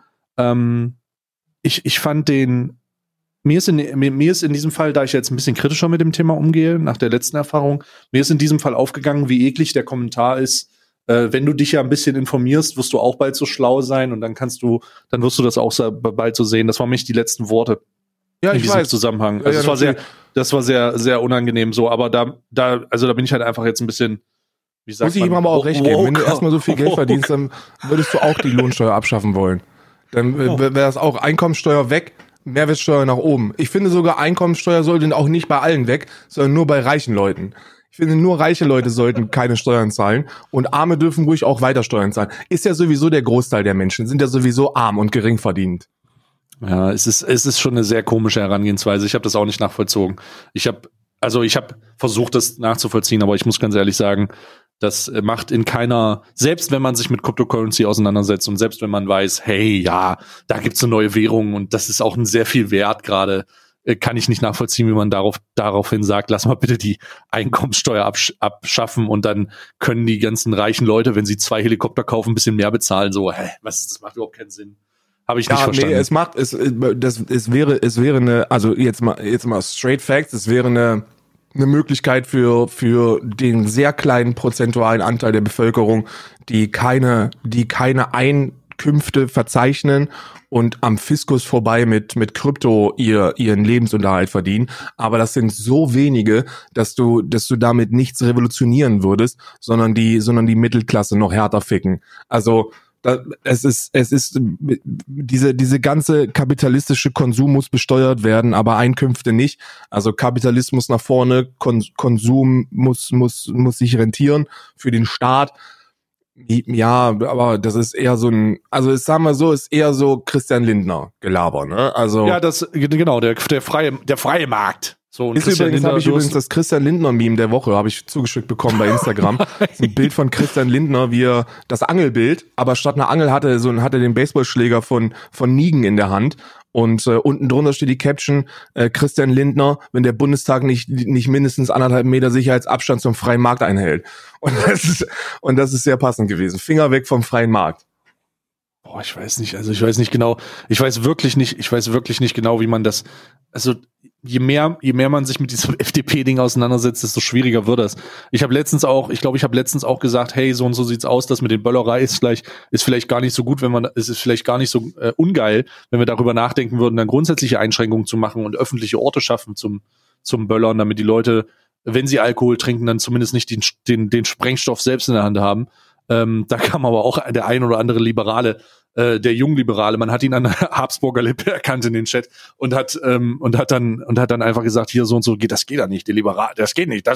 ich fand den, mir ist in diesem Fall, da ich jetzt ein bisschen kritischer mit dem Thema umgehe, nach der letzten Erfahrung, mir ist in diesem Fall aufgegangen, wie eklig der Kommentar ist. Wenn du dich ja ein bisschen informierst, wirst du auch bald so schlau sein und dann wirst du das auch bald so sehen. Das waren mich die letzten Worte in diesem Zusammenhang. Also das war sehr, sehr unangenehm so, aber da bin ich halt einfach jetzt ein bisschen, wie sagt man? Muss ich ihm aber auch recht geben. Wenn du erstmal so viel Geld verdienst, dann würdest du auch die Lohnsteuer abschaffen wollen. Dann wäre das auch Einkommensteuer weg, Mehrwertsteuer nach oben. Ich finde sogar, Einkommensteuer sollte auch nicht bei allen weg, sondern nur bei reichen Leuten. Ich finde, nur reiche Leute sollten keine Steuern zahlen und Arme dürfen ruhig auch weiter Steuern zahlen. Ist ja sowieso der Großteil der Menschen, sind ja sowieso arm und gering verdient. Ja, es ist schon eine sehr komische Herangehensweise. Ich habe das auch nicht nachvollzogen. Ich habe versucht, das nachzuvollziehen, aber ich muss ganz ehrlich sagen, das macht in keiner, selbst wenn man sich mit Cryptocurrency auseinandersetzt und selbst wenn man weiß, hey, ja, da gibt's eine neue Währung und das ist auch ein sehr viel wert gerade, kann ich nicht nachvollziehen, wie man daraufhin sagt, lass mal bitte die Einkommenssteuer abschaffen und dann können die ganzen reichen Leute, wenn sie 2 Helikopter kaufen, ein bisschen mehr bezahlen. So, das macht überhaupt keinen Sinn. Habe ich nicht verstanden. Nee, es wäre eine, also jetzt mal straight facts, es wäre eine Möglichkeit für den sehr kleinen prozentualen Anteil der Bevölkerung, die keine Einkünfte verzeichnen und am Fiskus vorbei mit Krypto ihren Lebensunterhalt verdienen. Aber das sind so wenige, dass du damit nichts revolutionieren würdest, sondern die Mittelklasse noch härter ficken. Also, es ist diese ganze kapitalistische Konsum muss besteuert werden, aber Einkünfte nicht. Also Kapitalismus nach vorne, Konsum muss sich rentieren für den Staat. Ja, aber das ist eher so ist eher so Christian Lindner Gelaber, ne? Also ja, genau, der freie Markt. So, habe ich übrigens das Christian Lindner-Meme der Woche, habe ich zugeschickt bekommen bei Instagram. Das ist ein Bild von Christian Lindner, wie er das Angelbild, aber statt einer Angel hat er den Baseballschläger von Nigen in der Hand. Und unten drunter steht die Caption, Christian Lindner, wenn der Bundestag nicht mindestens 1,5 Meter Sicherheitsabstand zum freien Markt einhält. Und das ist sehr passend gewesen. Finger weg vom freien Markt. Boah, ich weiß nicht genau, ich weiß wirklich nicht genau, wie man das, also je mehr man sich mit diesem FDP-Ding auseinandersetzt, desto schwieriger wird das. Ich habe letztens auch gesagt, hey, so und so sieht's aus, das mit den Böllerei ist vielleicht gar nicht so gut, es ist vielleicht gar nicht so ungeil, wenn wir darüber nachdenken würden, dann grundsätzliche Einschränkungen zu machen und öffentliche Orte schaffen zum Böllern, damit die Leute, wenn sie Alkohol trinken, dann zumindest nicht den Sprengstoff selbst in der Hand haben. Da kam aber auch der ein oder andere Liberale, der Jungliberale, man hat ihn an der Habsburger Lippe erkannt in den Chat und hat dann einfach gesagt, hier so und so das geht da nicht, der Liberal, das geht nicht.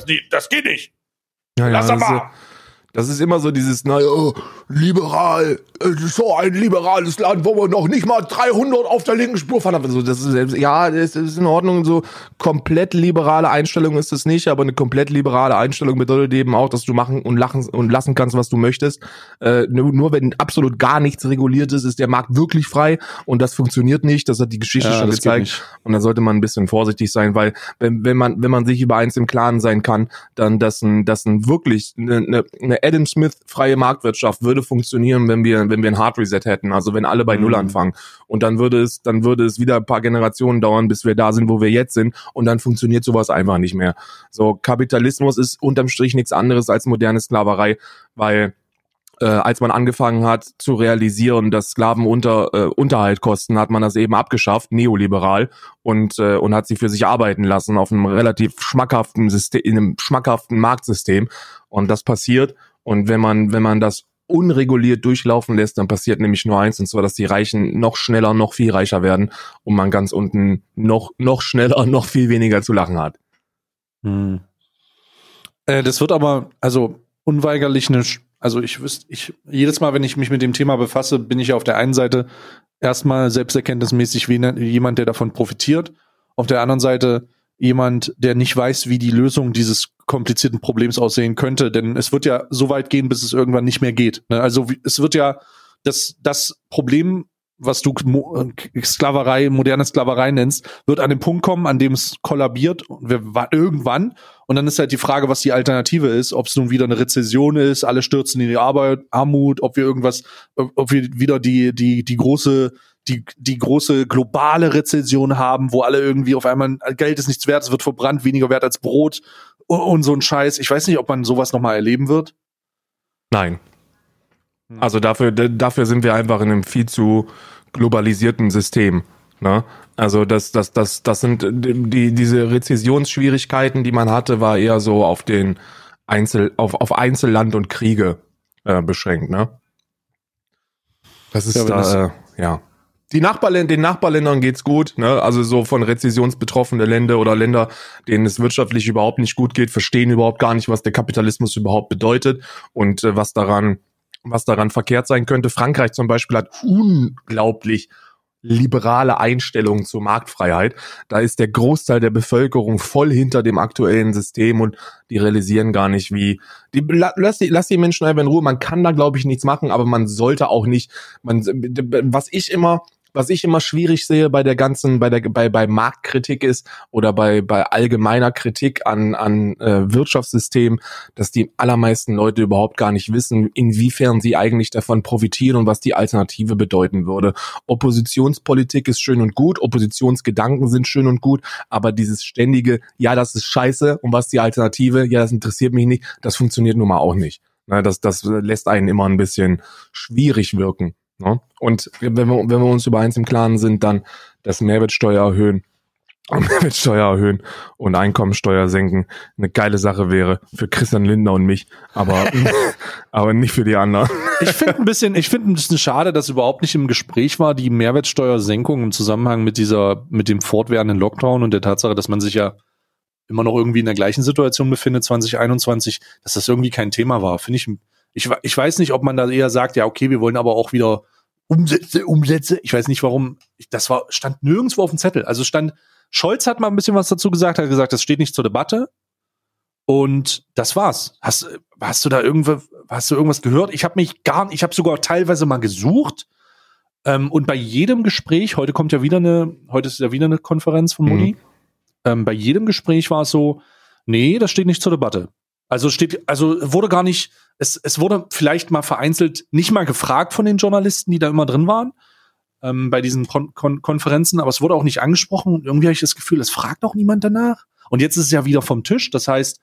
Ja, lass mal. Das ist immer so dieses, liberal, so ein liberales Land, wo wir noch nicht mal 300 auf der linken Spur fahren. Also das ist in Ordnung, so komplett liberale Einstellung ist es nicht, aber eine komplett liberale Einstellung bedeutet eben auch, dass du machen und lassen kannst, was du möchtest. Nur wenn absolut gar nichts reguliert ist der Markt wirklich frei und das funktioniert nicht, das hat die Geschichte schon gezeigt. Und da sollte man ein bisschen vorsichtig sein, weil wenn man sich über eins im Klaren sein kann, dann dass ein wirklich eine Adam Smith freie Marktwirtschaft würde funktionieren, wenn wir ein Hard Reset hätten, also wenn alle bei Null anfangen. Und dann würde es wieder ein paar Generationen dauern, bis wir da sind, wo wir jetzt sind. Und dann funktioniert sowas einfach nicht mehr. So, Kapitalismus ist unterm Strich nichts anderes als moderne Sklaverei, weil als man angefangen hat zu realisieren, dass Sklaven Unterhalt kosten, hat man das eben abgeschafft, neoliberal, und hat sie für sich arbeiten lassen auf einem relativ schmackhaften System, in einem schmackhaften Marktsystem. Und das passiert. Und wenn man das unreguliert durchlaufen lässt, dann passiert nämlich nur eins, und zwar, dass die Reichen noch schneller, noch viel reicher werden und man ganz unten noch schneller, noch viel weniger zu lachen hat. Das wird aber, also unweigerlich Also jedes Mal, wenn ich mich mit dem Thema befasse, bin ich ja auf der einen Seite erstmal selbsterkenntnismäßig wie jemand, der davon profitiert. Auf der anderen Seite jemand, der nicht weiß, wie die Lösung dieses komplizierten Problems aussehen könnte. Denn es wird ja so weit gehen, bis es irgendwann nicht mehr geht. Ne? Also es wird ja das Problem, was du Sklaverei, moderne Sklaverei nennst, wird an den Punkt kommen, an dem es kollabiert irgendwann. Und dann ist halt die Frage, was die Alternative ist, ob es nun wieder eine Rezession ist, alle stürzen in die Armut, ob wir wieder die große globale Rezession haben, wo alle irgendwie auf einmal Geld ist nichts wert, es wird verbrannt, weniger wert als Brot und so ein Scheiß. Ich weiß nicht, ob man sowas nochmal erleben wird. Nein. Also dafür sind wir einfach in einem viel zu globalisierten System. Ne? Also das sind diese Rezessionsschwierigkeiten, die man hatte, war eher so auf auf Einzelland und Kriege beschränkt. Ne? Das ist ja. Den Nachbarländern geht's gut, ne? Also so von rezessionsbetroffene Länder oder Länder, denen es wirtschaftlich überhaupt nicht gut geht, verstehen überhaupt gar nicht, was der Kapitalismus überhaupt bedeutet und was daran verkehrt sein könnte. Frankreich zum Beispiel hat unglaublich liberale Einstellungen zur Marktfreiheit. Da ist der Großteil der Bevölkerung voll hinter dem aktuellen System und die realisieren gar nicht, lass die Menschen einfach in Ruhe. Man kann da, glaube ich, nichts machen, aber man sollte auch nicht, was ich immer schwierig sehe bei der ganzen, bei Marktkritik ist oder bei allgemeiner Kritik an Wirtschaftssystemen, dass die allermeisten Leute überhaupt gar nicht wissen, inwiefern sie eigentlich davon profitieren und was die Alternative bedeuten würde. Oppositionspolitik ist schön und gut, Oppositionsgedanken sind schön und gut, aber dieses ständige, ja, das ist scheiße und was die Alternative, ja, das interessiert mich nicht, das funktioniert nun mal auch nicht. Das lässt einen immer ein bisschen schwierig wirken. Ne? Und wenn wir uns über eins im Klaren sind, dann das Mehrwertsteuer erhöhen und Einkommensteuer senken eine geile Sache wäre für Christian Lindner und mich, aber nicht für die anderen. Ich finde ein bisschen schade, dass überhaupt nicht im Gespräch war, die Mehrwertsteuersenkung im Zusammenhang mit dem fortwährenden Lockdown und der Tatsache, dass man sich ja immer noch irgendwie in der gleichen Situation befindet, 2021, dass das irgendwie kein Thema war. Finde ich weiß nicht, ob man da eher sagt, ja, okay, wir wollen aber auch wieder Umsätze. Ich weiß nicht, warum. Stand nirgendwo auf dem Zettel. Also Scholz hat mal ein bisschen was dazu gesagt, hat gesagt, das steht nicht zur Debatte. Und das war's. Hast du irgendwas gehört? Ich habe sogar teilweise mal gesucht. Und bei jedem Gespräch, heute ist ja wieder eine Konferenz von Modi. Bei jedem Gespräch war es so, nee, das steht nicht zur Debatte. Also wurde gar nicht, es wurde vielleicht mal vereinzelt nicht mal gefragt von den Journalisten, die da immer drin waren, bei diesen Konferenzen, aber es wurde auch nicht angesprochen und irgendwie habe ich das Gefühl, es fragt auch niemand danach. Und jetzt ist es ja wieder vom Tisch, das heißt,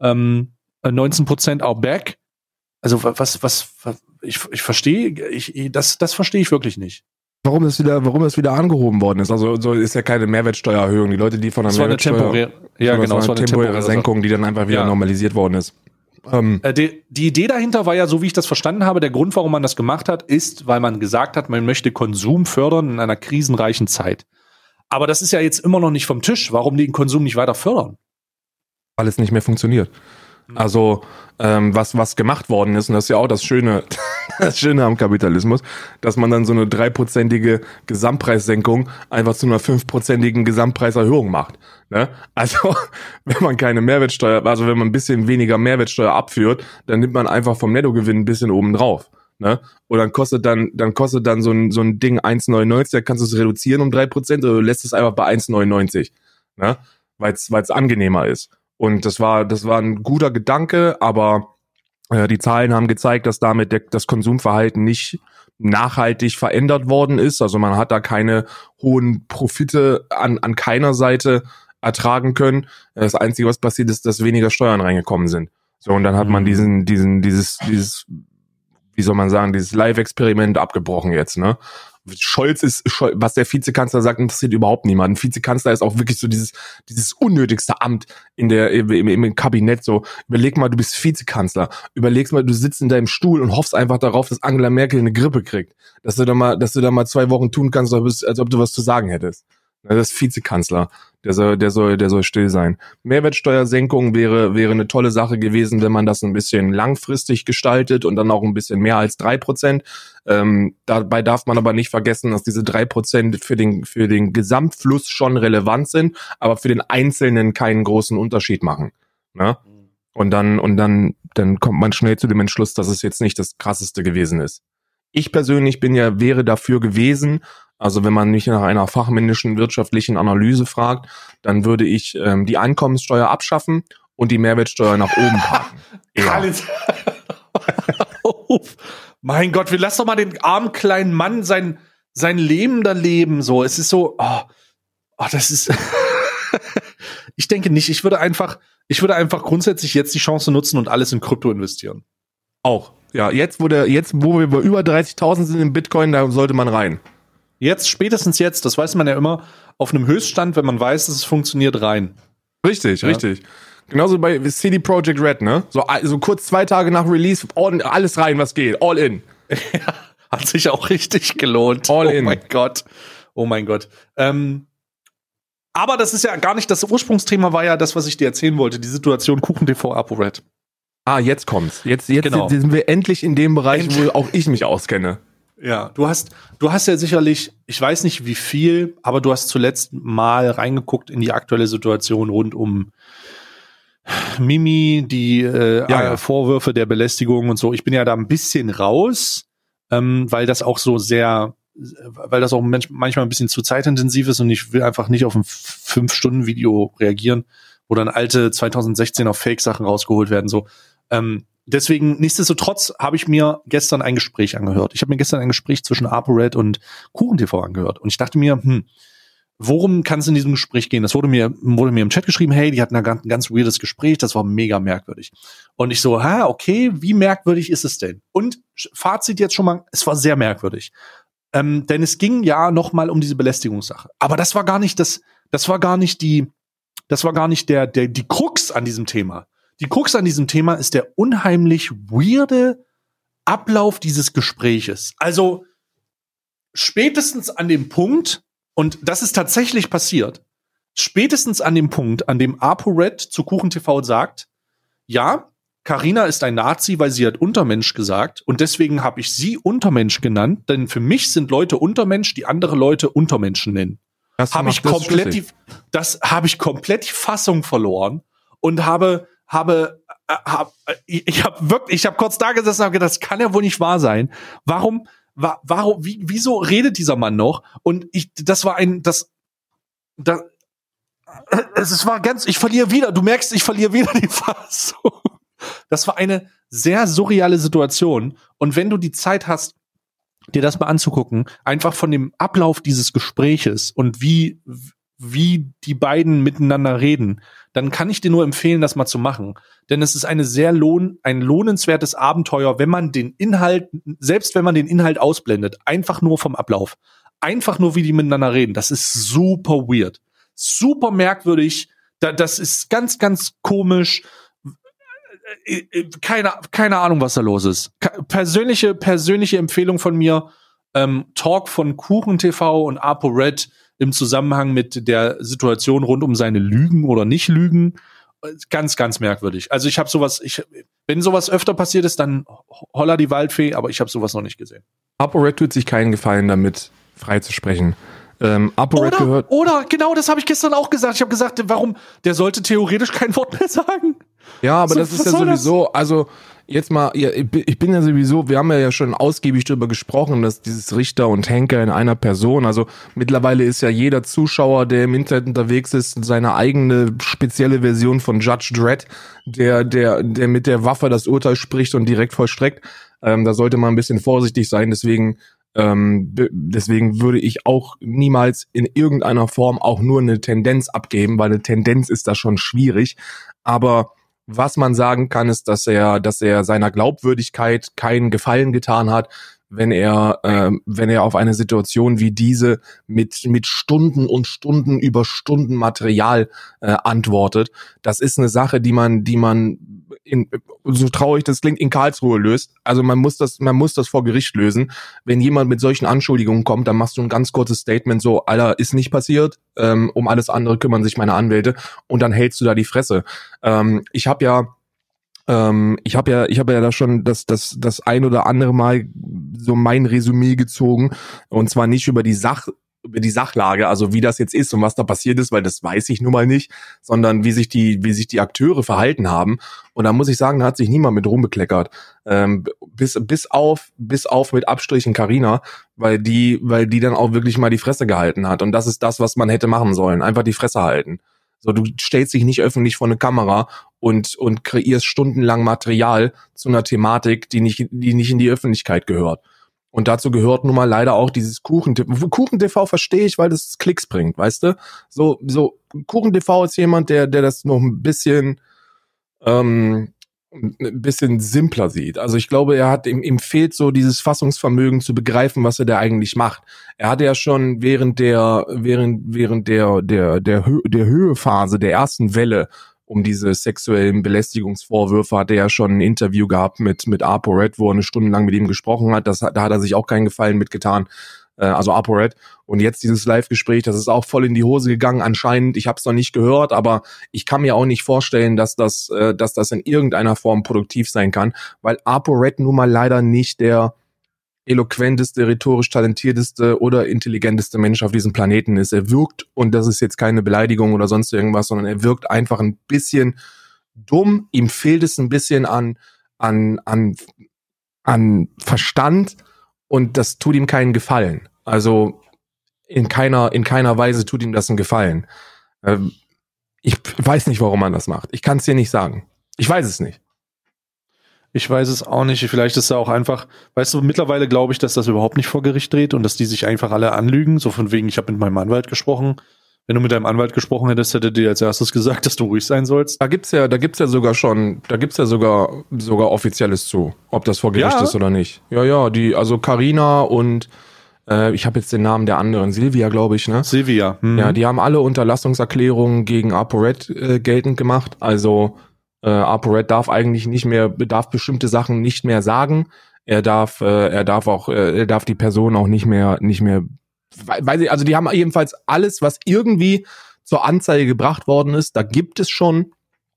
19% are back. Also ich verstehe, das verstehe ich wirklich nicht. Warum das wieder angehoben worden ist. Also so ist ja keine Mehrwertsteuererhöhung. Die Leute, die von der Mehrwertsteuer, eine temporäre Senkung, die dann einfach wieder normalisiert worden ist. Die Idee dahinter war ja, so wie ich das verstanden habe, der Grund, warum man das gemacht hat, ist, weil man gesagt hat, man möchte Konsum fördern in einer krisenreichen Zeit. Aber das ist ja jetzt immer noch nicht vom Tisch. Warum den Konsum nicht weiter fördern? Weil es nicht mehr funktioniert. Also was gemacht worden ist, und das ist ja auch das Schöne am Kapitalismus, dass man dann so eine 3%ige Gesamtpreissenkung einfach zu einer 5%igen Gesamtpreiserhöhung macht. Ne? Also wenn man keine Mehrwertsteuer, also wenn man ein bisschen weniger Mehrwertsteuer abführt, dann nimmt man einfach vom Nettogewinn ein bisschen oben drauf. Ne? Und dann kostet dann so ein Ding 1,99, da kannst du es reduzieren um 3%, oder du lässt es einfach bei 1,99, ne? Weil es angenehmer ist. Und das war ein guter Gedanke, aber die Zahlen haben gezeigt, dass damit das Konsumverhalten nicht nachhaltig verändert worden ist. Also man hat da keine hohen Profite an keiner Seite ertragen können. Das Einzige, was passiert ist, dass weniger Steuern reingekommen sind. So, und dann hat man dieses, wie soll man sagen, dieses Live-Experiment abgebrochen jetzt, ne? Was der Vizekanzler sagt, interessiert überhaupt niemanden. Vizekanzler ist auch wirklich so dieses unnötigste Amt im Kabinett. So, überleg mal, du bist Vizekanzler. Überleg mal, du sitzt in deinem Stuhl und hoffst einfach darauf, dass Angela Merkel eine Grippe kriegt. Dass du da mal 2 Wochen tun kannst, als ob du was zu sagen hättest. Das ist Vizekanzler. Der soll still sein. Mehrwertsteuersenkung wäre eine tolle Sache gewesen, wenn man das ein bisschen langfristig gestaltet und dann auch ein bisschen mehr als 3%. Dabei darf man aber nicht vergessen, dass diese 3% für den Gesamtfluss schon relevant sind, aber für den Einzelnen keinen großen Unterschied machen. Ne? Und dann kommt man schnell zu dem Entschluss, dass es jetzt nicht das Krasseste gewesen ist. Ich persönlich wäre dafür gewesen, also wenn man mich nach einer fachmännischen wirtschaftlichen Analyse fragt, dann würde ich die Einkommenssteuer abschaffen und die Mehrwertsteuer nach oben parken. Oh, mein Gott, wir lassen doch mal den armen kleinen Mann sein Leben da leben. So, es ist so, das ist. Ich denke nicht. Ich würde einfach grundsätzlich jetzt die Chance nutzen und alles in Krypto investieren. Auch. Ja, jetzt, wo wir bei über 30.000 sind im Bitcoin, da sollte man rein. Spätestens jetzt, das weiß man ja immer, auf einem Höchststand, wenn man weiß, dass es funktioniert, rein. Richtig. Genauso bei CD Projekt Red, ne? So kurz 2 Tage nach Release, alles rein, was geht, all in. Ja, hat sich auch richtig gelohnt. All in. Oh mein Gott. Aber das ist ja gar nicht, das Ursprungsthema war ja das, was ich dir erzählen wollte, die Situation KuchenTV ApoRed. Jetzt kommt's. Jetzt genau. Sind wir endlich in dem Bereich, wo auch ich mich auskenne. Ja, du hast ja sicherlich, ich weiß nicht wie viel, aber du hast zuletzt mal reingeguckt in die aktuelle Situation rund um Mimi, die Vorwürfe der Belästigung und so. Ich bin ja da ein bisschen raus, weil das auch manchmal ein bisschen zu zeitintensiv ist und ich will einfach nicht auf ein 5-Stunden-Video reagieren, wo dann alte 2016er Fake-Sachen rausgeholt werden, so. Deswegen, nichtsdestotrotz habe ich mir gestern ein Gespräch angehört. Ich habe mir gestern ein Gespräch zwischen ApoRed und KuchenTV angehört. Und ich dachte mir, worum kann es in diesem Gespräch gehen? Das wurde mir im Chat geschrieben, hey, die hatten ein ganz weirdes Gespräch, das war mega merkwürdig. Und ich so, okay, wie merkwürdig ist es denn? Und Fazit jetzt schon mal, es war sehr merkwürdig. Denn es ging ja noch mal um diese Belästigungssache. Aber das war gar nicht die Krux an diesem Thema. Die Krux an diesem Thema ist der unheimlich weirde Ablauf dieses Gespräches. Also spätestens an dem Punkt, und das ist tatsächlich passiert, spätestens an dem Punkt, an dem ApoRed zu KuchenTV sagt, ja, Carina ist ein Nazi, weil sie hat Untermensch gesagt und deswegen habe ich sie Untermensch genannt, denn für mich sind Leute Untermensch, die andere Leute Untermenschen nennen. Das habe ich komplett die Fassung verloren und ich habe kurz da gesessen und habe gedacht, das kann ja wohl nicht wahr sein. Wieso redet dieser Mann noch? Und ich verliere wieder, du merkst, ich verliere wieder die Fassung. Das war eine sehr surreale Situation. Und wenn du die Zeit hast, dir das mal anzugucken, einfach von dem Ablauf dieses Gespräches und wie die beiden miteinander reden, dann kann ich dir nur empfehlen, das mal zu machen. Denn es ist ein lohnenswertes Abenteuer, wenn man den Inhalt, selbst wenn man den Inhalt ausblendet, einfach nur vom Ablauf. Einfach nur, wie die miteinander reden. Das ist super weird. Super merkwürdig. Das ist ganz, ganz komisch. Keine Ahnung, was da los ist. Persönliche Empfehlung von mir. Talk von KuchenTV und ApoRed im Zusammenhang mit der Situation rund um seine Lügen oder Nicht-Lügen. Ganz, ganz merkwürdig. Also ich habe wenn sowas öfter passiert ist, dann holla die Waldfee, aber ich habe sowas noch nicht gesehen. ApoRed tut sich keinen Gefallen damit, frei zu sprechen. ApoRed gehört. Oder, genau, das habe ich gestern auch gesagt. Ich habe gesagt, warum, der sollte theoretisch kein Wort mehr sagen. Ja, aber das ist ja sowieso, also jetzt mal, ich bin ja sowieso, wir haben ja schon ausgiebig darüber gesprochen, dass dieses Richter und Henker in einer Person, also mittlerweile ist ja jeder Zuschauer, der im Internet unterwegs ist, seine eigene spezielle Version von Judge Dredd, der mit der Waffe das Urteil spricht und direkt vollstreckt. Da sollte man ein bisschen vorsichtig sein, deswegen würde ich auch niemals in irgendeiner Form auch nur eine Tendenz abgeben, weil eine Tendenz ist da schon schwierig. Aber was man sagen kann, ist, dass er seiner Glaubwürdigkeit keinen Gefallen getan hat, wenn er auf eine Situation wie diese mit Stunden und Stunden über Stunden Material antwortet. Das ist eine Sache, die man so traurig das klingt, in Karlsruhe löst. Also man muss das vor Gericht lösen. Wenn jemand mit solchen Anschuldigungen kommt, dann machst du ein ganz kurzes Statement so, Alter, ist nicht passiert, um alles andere kümmern sich meine Anwälte, und dann hältst du da die Fresse. Ich habe ja da schon das ein oder andere Mal so mein Resümee gezogen, und zwar nicht über die Sachlage, also wie das jetzt ist und was da passiert ist, weil das weiß ich nun mal nicht, sondern wie sich die Akteure verhalten haben. Und da muss ich sagen, da hat sich niemand mit rumbekleckert. Bis auf mit Abstrichen Carina, weil die dann auch wirklich mal die Fresse gehalten hat. Und das ist das, was man hätte machen sollen. Einfach die Fresse halten. So, du stellst dich nicht öffentlich vor eine Kamera und kreierst stundenlang Material zu einer Thematik, die nicht in die Öffentlichkeit gehört. Und dazu gehört nun mal leider auch dieses Kuchen-TV verstehe ich, weil das Klicks bringt, weißt du? So Kuchen-TV ist jemand, der das noch ein bisschen simpler sieht. Also ich glaube, ihm fehlt so dieses Fassungsvermögen zu begreifen, was er da eigentlich macht. Er hatte ja schon während der Höhephase der ersten Welle um diese sexuellen Belästigungsvorwürfe, hat er ja schon ein Interview gehabt mit ApoRed, wo er eine Stunde lang mit ihm gesprochen hat. Da hat er sich auch keinen Gefallen mitgetan. Also ApoRed. Und jetzt dieses Live-Gespräch, das ist auch voll in die Hose gegangen anscheinend. Ich habe es noch nicht gehört, aber ich kann mir auch nicht vorstellen, dass das in irgendeiner Form produktiv sein kann, weil ApoRed nun mal leider nicht der eloquenteste, rhetorisch talentierteste oder intelligenteste Mensch auf diesem Planeten ist. Er wirkt, und das ist jetzt keine Beleidigung oder sonst irgendwas, sondern er wirkt einfach ein bisschen dumm. Ihm fehlt es ein bisschen an Verstand, und das tut ihm keinen Gefallen. Also in keiner Weise tut ihm das einen Gefallen. Ich weiß nicht, warum man das macht. Ich kann es dir nicht sagen. Ich weiß es nicht. Ich weiß es auch nicht. Vielleicht ist da auch einfach, weißt du, mittlerweile glaube ich, dass das überhaupt nicht vor Gericht dreht und dass die sich einfach alle anlügen. So von wegen, ich habe mit meinem Anwalt gesprochen. Wenn du mit deinem Anwalt gesprochen hättest, hätte dir als erstes gesagt, dass du ruhig sein sollst. Da gibt's ja sogar Offizielles zu, ob das vor Gericht ist oder nicht. Ja, also Carina und ich habe jetzt den Namen der anderen, Silvia, glaube ich, ne? Silvia. Ja, die haben alle Unterlassungserklärungen gegen ApoRed geltend gemacht. Also ApoRed darf bestimmte Sachen nicht mehr sagen. Er darf die Person auch nicht mehr, also die haben jedenfalls alles, was irgendwie zur Anzeige gebracht worden ist, da gibt es schon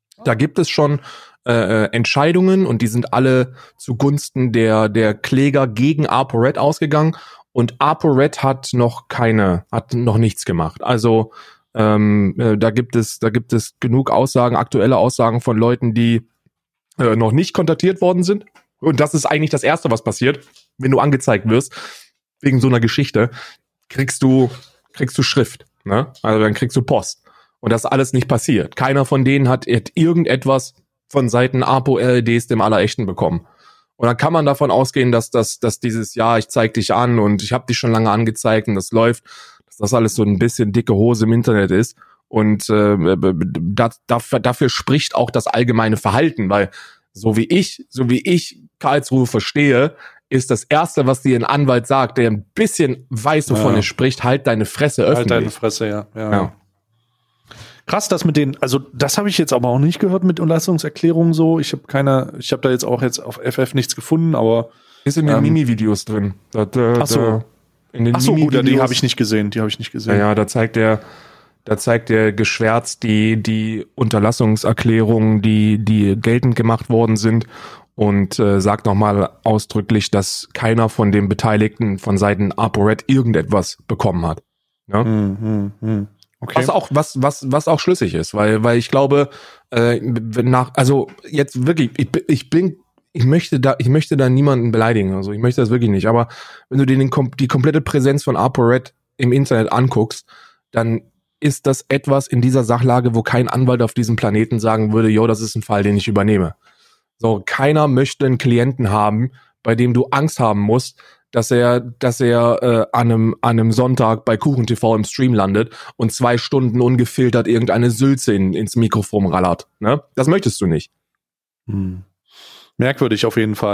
Entscheidungen, und die sind alle zugunsten der Kläger gegen ApoRed ausgegangen, und ApoRed hat noch nichts gemacht. Also da gibt es genug aktuelle Aussagen von Leuten, die noch nicht kontaktiert worden sind. Und das ist eigentlich das Erste, was passiert, wenn du angezeigt wirst wegen so einer Geschichte. Kriegst du Schrift, ne? Also dann kriegst du Post. Und das ist alles nicht passiert. Keiner von denen hat irgendetwas von Seiten Apo-LEDs dem Allerechten bekommen. Und dann kann man davon ausgehen, dass dieses Jahr, ich zeig dich an und ich habe dich schon lange angezeigt und das läuft, dass das alles so ein bisschen dicke Hose im Internet ist. Und dafür spricht auch das allgemeine Verhalten, weil so wie ich Karlsruhe verstehe, ist das Erste, was dir ein Anwalt sagt, der ein bisschen weiß, wovon er spricht, halt deine Fresse öffentlich. Halt deine Fresse, ja. Krass, das mit den, also das habe ich jetzt aber auch nicht gehört mit Unterlassungserklärungen so. Ich habe da jetzt auf FF nichts gefunden, aber ist in den Mimi-Videos drin. In den Mimi-Videos, die habe ich nicht gesehen. Ja, da zeigt der geschwärzt die Unterlassungserklärungen, die geltend gemacht worden sind, und sagt nochmal ausdrücklich, dass keiner von den Beteiligten von Seiten ApoRed irgendetwas bekommen hat. Ja? Okay. Was auch schlüssig ist, weil ich glaube, jetzt wirklich, ich möchte da niemanden beleidigen, also ich möchte das wirklich nicht, aber wenn du dir die komplette Präsenz von ApoRed im Internet anguckst, dann ist das etwas in dieser Sachlage, wo kein Anwalt auf diesem Planeten sagen würde, jo, das ist ein Fall, den ich übernehme. So, keiner möchte einen Klienten haben, bei dem du Angst haben musst, dass er an einem Sonntag bei KuchenTV im Stream landet und 2 Stunden ungefiltert irgendeine Sülze ins Mikrofon rallert. Ne? Das möchtest du nicht. Merkwürdig auf jeden Fall.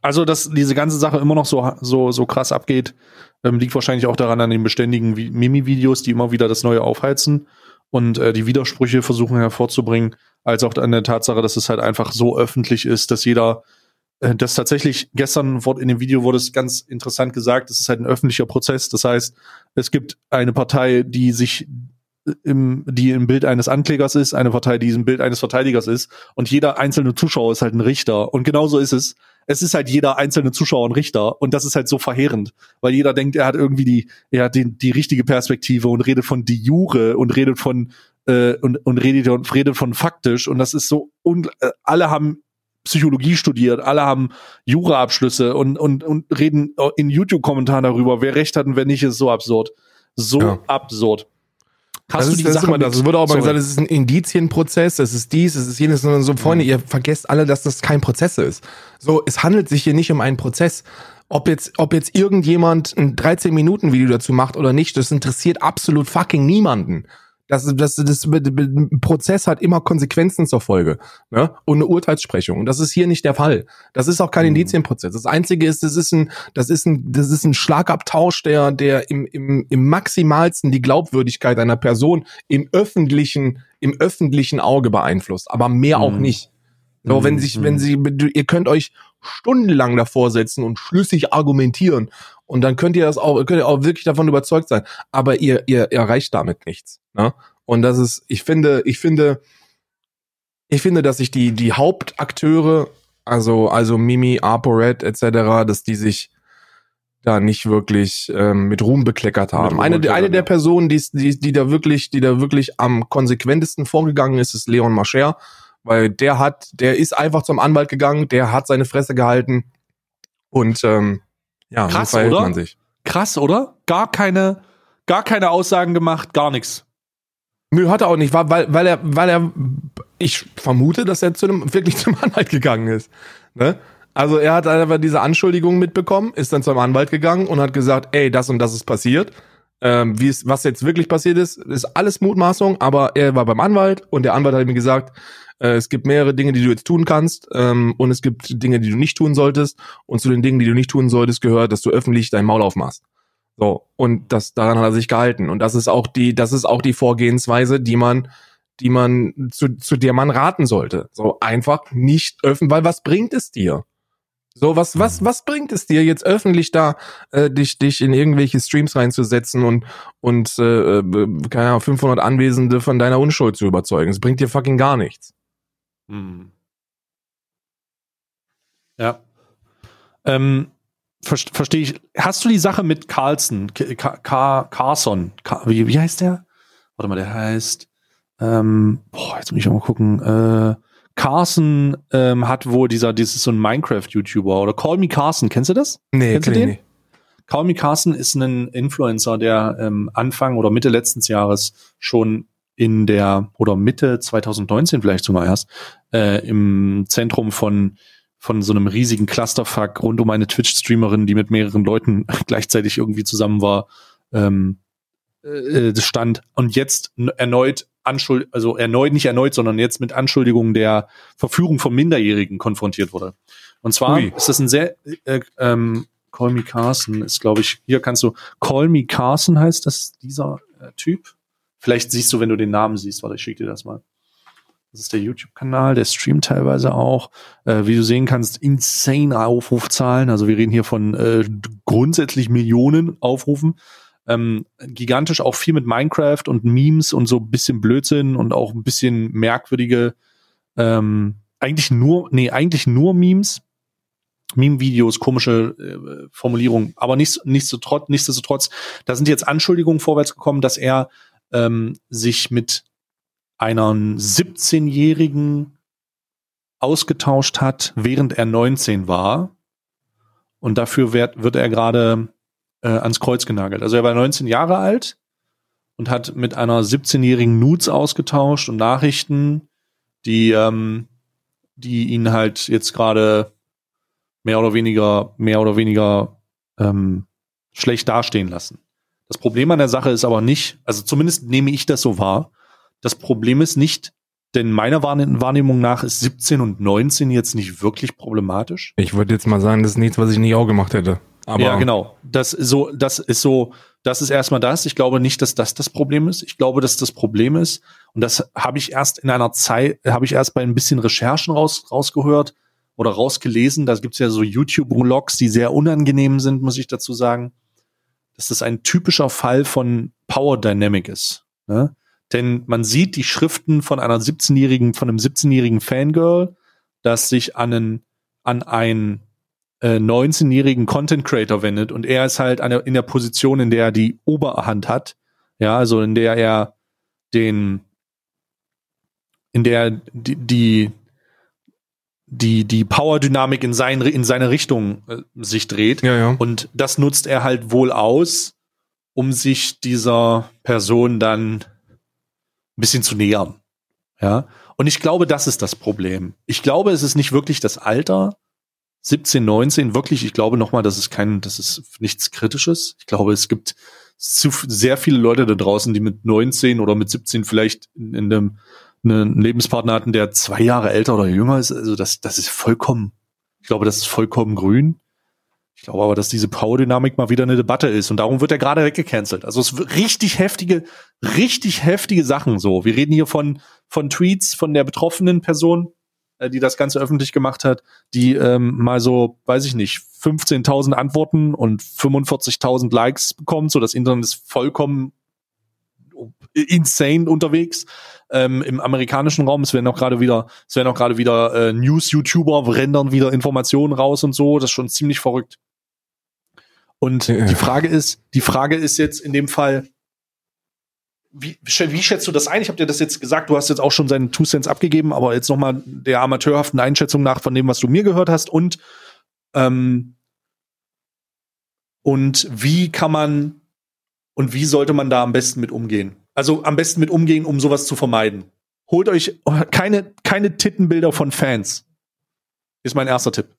Also, dass diese ganze Sache immer noch so krass abgeht, liegt wahrscheinlich auch daran an den beständigen Mimi-Videos, die immer wieder das Neue aufheizen und die Widersprüche versuchen hervorzubringen, als auch an der Tatsache, dass es halt einfach so öffentlich ist, dass jeder, das tatsächlich, gestern in dem Video wurde es ganz interessant gesagt, es ist halt ein öffentlicher Prozess. Das heißt, es gibt eine Partei, die im Bild eines Anklägers ist, eine Partei, die im Bild eines Verteidigers ist, und jeder einzelne Zuschauer ist halt ein Richter. Und genauso ist es. Es ist halt jeder einzelne Zuschauer ein Richter, und das ist halt so verheerend, weil jeder denkt, er hat irgendwie die richtige Perspektive und redet von de jure und redet von redet von faktisch, und das ist so, alle haben Psychologie studiert, alle haben Jura-Abschlüsse und reden in YouTube-Kommentaren darüber, wer recht hat und wer nicht, ist so absurd. Absurd. Das wurde auch mal gesagt, es ist ein Indizienprozess, es ist dies, es ist jenes, sondern so, Freunde, ihr vergesst alle, dass das kein Prozess ist. So, es handelt sich hier nicht um einen Prozess. Ob jetzt irgendjemand ein 13-Minuten-Video dazu macht oder nicht, das interessiert absolut fucking niemanden. Das Prozess hat immer Konsequenzen zur Folge, ne? Und eine Urteilssprechung. Und das ist hier nicht der Fall. Das ist auch kein Indizienprozess. Das Einzige ist, das ist ein Schlagabtausch, der im maximalsten die Glaubwürdigkeit einer Person im öffentlichen Auge beeinflusst, aber mehr auch nicht. So, ihr könnt euch stundenlang davor setzen und schlüssig argumentieren, und dann könnt ihr auch wirklich davon überzeugt sein, aber ihr erreicht damit nichts, ne? Und das ist, ich finde, dass sich die Hauptakteure, also Mimi, ApoRed etc., dass die sich da nicht wirklich mit Ruhm bekleckert haben. Eine der Personen, die da wirklich am konsequentesten vorgegangen ist Leon Mascher, weil der ist einfach zum Anwalt gegangen, der hat seine Fresse gehalten, und krass, so verhält oder? man sich. Krass, oder? Gar keine Aussagen gemacht, gar nichts. Nö, hat er auch nicht, weil er, ich vermute, dass er wirklich zum Anwalt gegangen ist, ne? Also er hat einfach diese Anschuldigungen mitbekommen, ist dann zum Anwalt gegangen und hat gesagt, ey, das und das ist passiert. Was jetzt wirklich passiert ist alles Mutmaßung, aber er war beim Anwalt, und der Anwalt hat ihm gesagt, es gibt mehrere Dinge, die du jetzt tun kannst, und es gibt Dinge, die du nicht tun solltest, und zu den Dingen, die du nicht tun solltest, gehört, dass du öffentlich dein Maul aufmachst. So, und daran hat er sich gehalten, und das ist auch die Vorgehensweise, zu der man raten sollte. So, einfach nicht öffnen, weil was bringt es dir? So, was bringt es dir jetzt öffentlich da, dich in irgendwelche Streams reinzusetzen und keine Ahnung, 500 Anwesende von deiner Unschuld zu überzeugen? Es bringt dir fucking gar nichts. Ja. Verstehe ich. Hast du die Sache mit Carlson? Carson? Wie heißt der? Warte mal, der heißt jetzt muss ich mal gucken. Carson hat wohl das ist so ein Minecraft-YouTuber, oder Call Me Carson, kennst du das? Nee, kennst du den? Nee. Call Me Carson ist ein Influencer, der Anfang oder Mitte letzten Jahres schon oder Mitte 2019 vielleicht sogar erst, im Zentrum von so einem riesigen Clusterfuck rund um eine Twitch-Streamerin, die mit mehreren Leuten gleichzeitig irgendwie zusammen war, stand, und jetzt erneut sondern jetzt mit Anschuldigungen der Verführung von Minderjährigen konfrontiert wurde. Und zwar ist das ein sehr Call Me Carson ist, glaube ich, hier kannst du Call Me Carson heißt das, dieser Typ. Vielleicht siehst du, wenn du den Namen siehst, warte, ich schicke dir das mal. Das ist der YouTube-Kanal, der streamt teilweise auch. Wie du sehen kannst, insane Aufrufzahlen. Also wir reden hier von grundsätzlich Millionen Aufrufen. Gigantisch, auch viel mit Minecraft und Memes und so ein bisschen Blödsinn und auch ein bisschen merkwürdige, eigentlich nur Memes, Meme-Videos, komische Formulierungen, aber nichtsdestotrotz, da sind jetzt Anschuldigungen vorwärts gekommen, dass er sich mit einer 17-Jährigen ausgetauscht hat, während er 19 war, und dafür wird er gerade ans Kreuz genagelt. Also er war 19 Jahre alt und hat mit einer 17-jährigen Nudes ausgetauscht und Nachrichten, die ihn halt jetzt gerade mehr oder weniger schlecht dastehen lassen. Das Problem an der Sache ist aber nicht, also zumindest nehme ich das so wahr, das Problem ist nicht, Denn meiner Wahrnehmung nach ist 17 und 19 jetzt nicht wirklich problematisch. Ich würde jetzt mal sagen, das ist nichts, was ich nicht auch gemacht hätte. Aber ja, genau. Das ist erstmal das. Ich glaube nicht, dass das Problem ist. Ich glaube, dass das Problem ist, und das habe ich erst bei ein bisschen Recherchen rausgehört oder rausgelesen. Da gibt's ja so YouTube-Logs, die sehr unangenehm sind, muss ich dazu sagen, dass das ein typischer Fall von Power Dynamic ist. Ne? Denn man sieht die Schriften von einem 17-jährigen Fangirl, das sich an einen 19-jährigen Content Creator wendet, und er ist halt in der Position, in der er die Oberhand hat, ja, also in der er die Power-Dynamik in seine Richtung sich dreht. Ja. Und das nutzt er halt wohl aus, um sich dieser Person dann ein bisschen zu nähern. Ja. Und ich glaube, das ist das Problem. Ich glaube, es ist nicht wirklich das Alter, 17, 19, wirklich, ich glaube nochmal, das ist nichts Kritisches. Ich glaube, es gibt sehr viele Leute da draußen, die mit 19 oder mit 17 vielleicht einen Lebenspartner hatten, der 2 Jahre älter oder jünger ist. Also das ist vollkommen grün. Ich glaube aber, dass diese Power-Dynamik mal wieder eine Debatte ist, und darum wird er gerade weggecancelt. Also es wird richtig heftige Sachen so. Wir reden hier von Tweets von der betroffenen Person, die das Ganze öffentlich gemacht hat, die mal so, weiß ich nicht, 15.000 Antworten und 45.000 Likes bekommt. So, das Internet ist vollkommen insane unterwegs. Im amerikanischen Raum, es werden auch gerade wieder News-YouTuber rendern wieder Informationen raus und so. Das ist schon ziemlich verrückt. Und die Frage ist jetzt in dem Fall, wie schätzt du das ein? Ich habe dir das jetzt gesagt, du hast jetzt auch schon seinen 2 Cents abgegeben, aber jetzt nochmal der amateurhaften Einschätzung nach von dem, was du mir gehört hast, und wie sollte man da am besten mit umgehen? Also am besten mit umgehen, um sowas zu vermeiden. Holt euch keine Tittenbilder von Fans. Ist mein erster Tipp.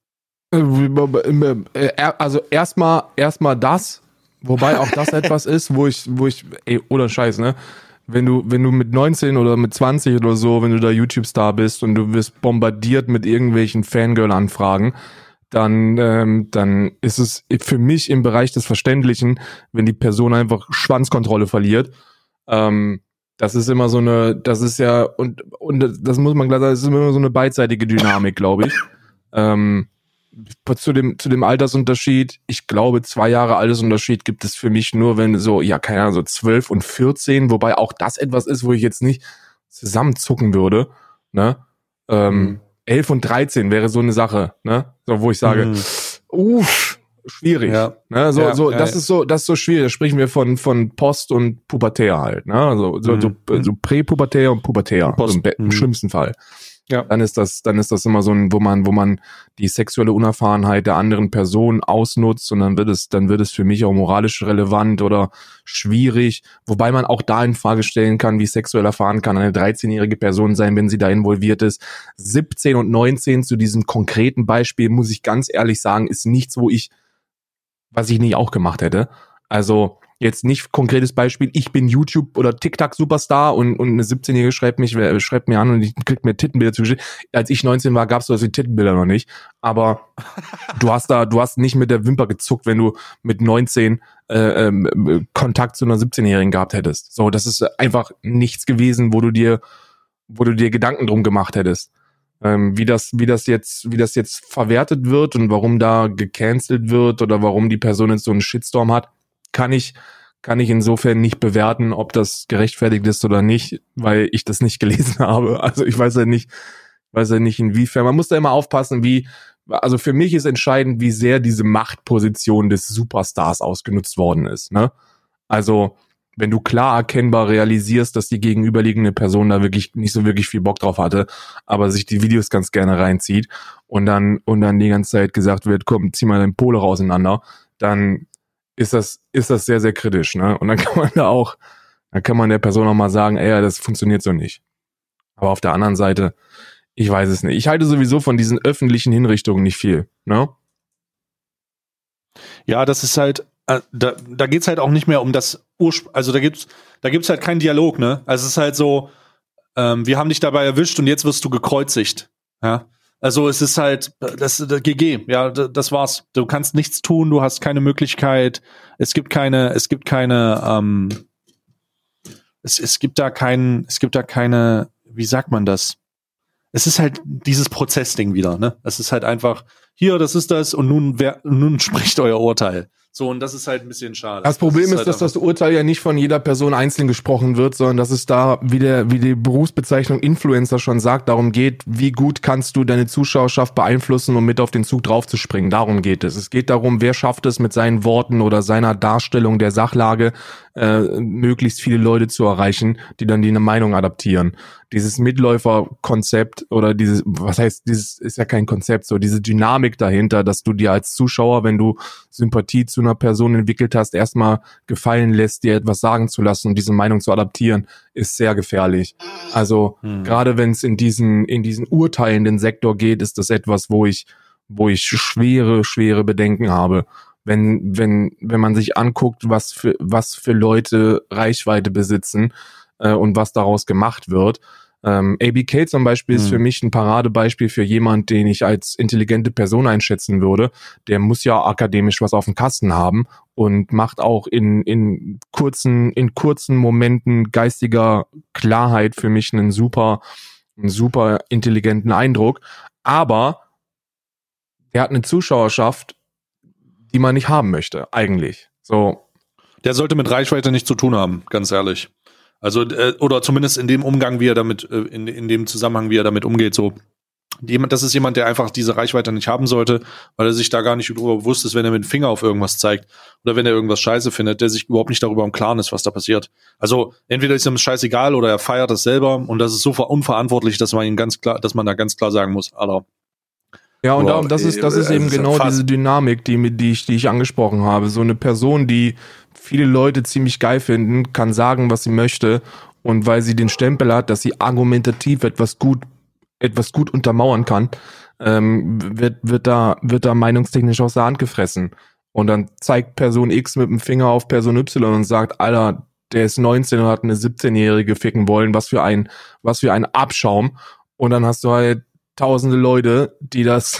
Also erstmal das, wobei auch das etwas ist, wo ich, oder Scheiß, ne? Wenn du mit 19 oder mit 20 oder so, wenn du da YouTube-Star bist und du wirst bombardiert mit irgendwelchen Fangirl-Anfragen, dann ist es für mich im Bereich des Verständlichen, wenn die Person einfach Schwanzkontrolle verliert. Das ist immer so eine, das ist ja, und das muss man klar sagen, das ist immer so eine beidseitige Dynamik, glaube ich. Zu dem Altersunterschied, ich glaube, 2 Jahre Altersunterschied gibt es für mich nur, wenn so, ja, keine Ahnung, so 12 und 14, wobei auch das etwas ist, wo ich jetzt nicht zusammenzucken würde, ne? 11 und 13 wäre so eine Sache, ne? So, wo ich sage, schwierig. Ja. Ne? Das ist so schwierig. Da sprechen wir von Post und Pubertär halt, ne? Also so Präpubertär und Pubertär, also im schlimmsten Fall. Ja. Dann ist das immer so ein, wo man die sexuelle Unerfahrenheit der anderen Person ausnutzt, und dann wird es für mich auch moralisch relevant oder schwierig, wobei man auch da in Frage stellen kann, wie sexuell erfahren kann eine 13-jährige Person sein, wenn sie da involviert ist. 17 und 19 zu diesem konkreten Beispiel, muss ich ganz ehrlich sagen, ist nichts, was ich nicht auch gemacht hätte. Also jetzt nicht konkretes Beispiel, ich bin YouTube- oder TikTok-Superstar und eine 17-Jährige schreibt mir an und ich krieg mir Tittenbilder zugeschickt. Als ich 19 war, gab's sowas wie Tittenbilder noch nicht. Aber du hast nicht mit der Wimper gezuckt, wenn du mit 19 Kontakt zu einer 17-Jährigen gehabt hättest. So, das ist einfach nichts gewesen, wo du dir Gedanken drum gemacht hättest. Wie das jetzt verwertet wird und warum da gecancelt wird oder warum die Person jetzt so einen Shitstorm hat, kann ich insofern nicht bewerten, ob das gerechtfertigt ist oder nicht, weil ich das nicht gelesen habe. Also ich weiß ja nicht inwiefern. Man muss da immer aufpassen, also für mich ist entscheidend, wie sehr diese Machtposition des Superstars ausgenutzt worden ist, ne? Also, wenn du klar erkennbar realisierst, dass die gegenüberliegende Person da wirklich nicht so wirklich viel Bock drauf hatte, aber sich die Videos ganz gerne reinzieht und dann die ganze Zeit gesagt wird, komm, zieh mal dein Pole auseinander, dann ist das sehr, sehr kritisch, ne? Und dann kann man der Person auch mal sagen, ey, das funktioniert so nicht. Aber auf der anderen Seite, ich weiß es nicht. Ich halte sowieso von diesen öffentlichen Hinrichtungen nicht viel, ne? Ja, das ist halt, da geht's halt auch nicht mehr um das also da gibt's halt keinen Dialog, ne? Also es ist halt so, wir haben dich dabei erwischt und jetzt wirst du gekreuzigt. Ja. Also es ist halt das GG, ja, das war's. Du kannst nichts tun, du hast keine Möglichkeit, es gibt da keine, wie sagt man das? Es ist halt dieses Prozessding wieder, ne? Es ist halt einfach, hier, das ist das und nun spricht euer Urteil. So, und das ist halt ein bisschen schade. Das Problem ist, dass das Urteil ja nicht von jeder Person einzeln gesprochen wird, sondern dass es da, wie die Berufsbezeichnung Influencer schon sagt, darum geht, wie gut kannst du deine Zuschauerschaft beeinflussen, um mit auf den Zug draufzuspringen. Darum geht es. Es geht darum, wer schafft es mit seinen Worten oder seiner Darstellung der Sachlage, möglichst viele Leute zu erreichen, die dann die eine Meinung adaptieren. Dieses Mitläuferkonzept oder dieses ist ja kein Konzept, so diese Dynamik dahinter, dass du dir als Zuschauer, wenn du Sympathie zu einer Person entwickelt hast, erstmal gefallen lässt, dir etwas sagen zu lassen und diese Meinung zu adaptieren, ist sehr gefährlich. Also gerade wenn es in diesen urteilenden Sektor geht, ist das etwas, wo ich schwere Bedenken habe. Wenn man sich anguckt, was für Leute Reichweite besitzen und was daraus gemacht wird. ABK zum Beispiel ist für mich ein Paradebeispiel für jemand, den ich als intelligente Person einschätzen würde. Der muss ja akademisch was auf dem Kasten haben und macht auch in kurzen Momenten geistiger Klarheit für mich einen super intelligenten Eindruck. Aber der hat eine Zuschauerschaft, die man nicht haben möchte, eigentlich. So. Der sollte mit Reichweite nichts zu tun haben, ganz ehrlich. Also, oder zumindest in dem Umgang, wie er damit, in dem Zusammenhang, wie er damit umgeht, so. Das ist jemand, der einfach diese Reichweite nicht haben sollte, weil er sich da gar nicht darüber bewusst ist, wenn er mit dem Finger auf irgendwas zeigt oder wenn er irgendwas scheiße findet, der sich überhaupt nicht darüber im Klaren ist, was da passiert. Also, entweder ist ihm scheißegal oder er feiert es selber und das ist so unverantwortlich, dass man da ganz klar sagen muss, Alter. Ja, und darum, das ist eben genau diese Dynamik, die ich angesprochen habe. So eine Person, die viele Leute ziemlich geil finden, kann sagen, was sie möchte. Und weil sie den Stempel hat, dass sie argumentativ etwas gut untermauern kann, wird da meinungstechnisch aus der Hand gefressen. Und dann zeigt Person X mit dem Finger auf Person Y und sagt, Alter, der ist 19 und hat eine 17-Jährige ficken wollen, was für ein Abschaum. Und dann hast du halt tausende Leute, die das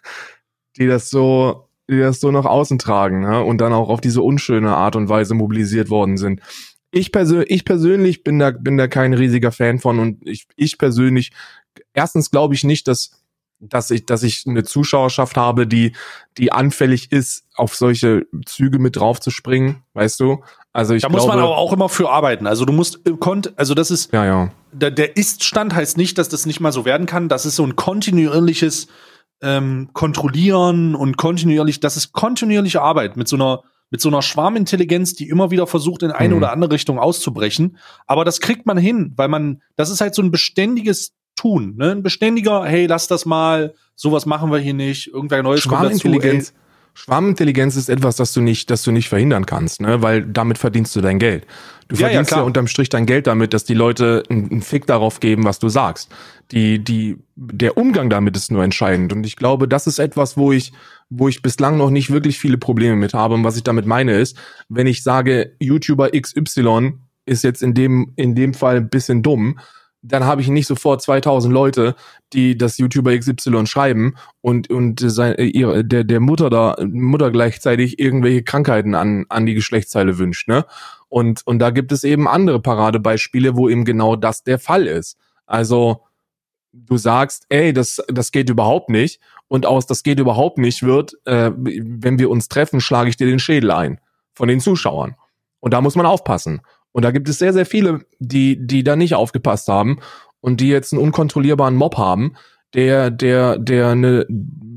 so nach außen tragen, ne? Und dann auch auf diese unschöne Art und Weise mobilisiert worden sind. Ich persönlich bin da kein riesiger Fan von und ich persönlich, erstens glaube ich nicht, dass ich eine Zuschauerschaft habe, die anfällig ist, auf solche Züge mit drauf zu springen, weißt du? Also da muss man aber auch immer für arbeiten. Also du musst das ist ja. Der Ist-Stand heißt nicht, dass das nicht mal so werden kann. Das ist so ein kontinuierliches Kontrollieren und das ist kontinuierliche Arbeit mit so einer Schwarmintelligenz, die immer wieder versucht, in eine oder andere Richtung auszubrechen. Aber das kriegt man hin, weil das ist halt so ein beständiges Tun, ne? Ein beständiger, hey, lass das mal, sowas machen wir hier nicht, irgendwer Neues kommt dazu. Schwarmintelligenz ist etwas, das du nicht verhindern kannst, ne? Weil damit verdienst du dein Geld. Du verdienst ja unterm Strich dein Geld damit, dass die Leute einen Fick darauf geben, was du sagst. Der Umgang damit ist nur entscheidend. Und ich glaube, das ist etwas, wo ich bislang noch nicht wirklich viele Probleme mit habe. Und was ich damit meine ist, wenn ich sage, YouTuber XY ist jetzt in dem Fall ein bisschen dumm, dann habe ich nicht sofort 2000 Leute, die das YouTuber XY schreiben und der Mutter gleichzeitig irgendwelche Krankheiten an die Geschlechtsteile wünscht, ne? Und da gibt es eben andere Paradebeispiele, wo eben genau das der Fall ist. Also du sagst, ey, das geht überhaupt nicht und das geht überhaupt nicht wird, wenn wir uns treffen, schlage ich dir den Schädel ein von den Zuschauern. Und da muss man aufpassen. Und da gibt es sehr, sehr viele, die da nicht aufgepasst haben und die jetzt einen unkontrollierbaren Mob haben, der eine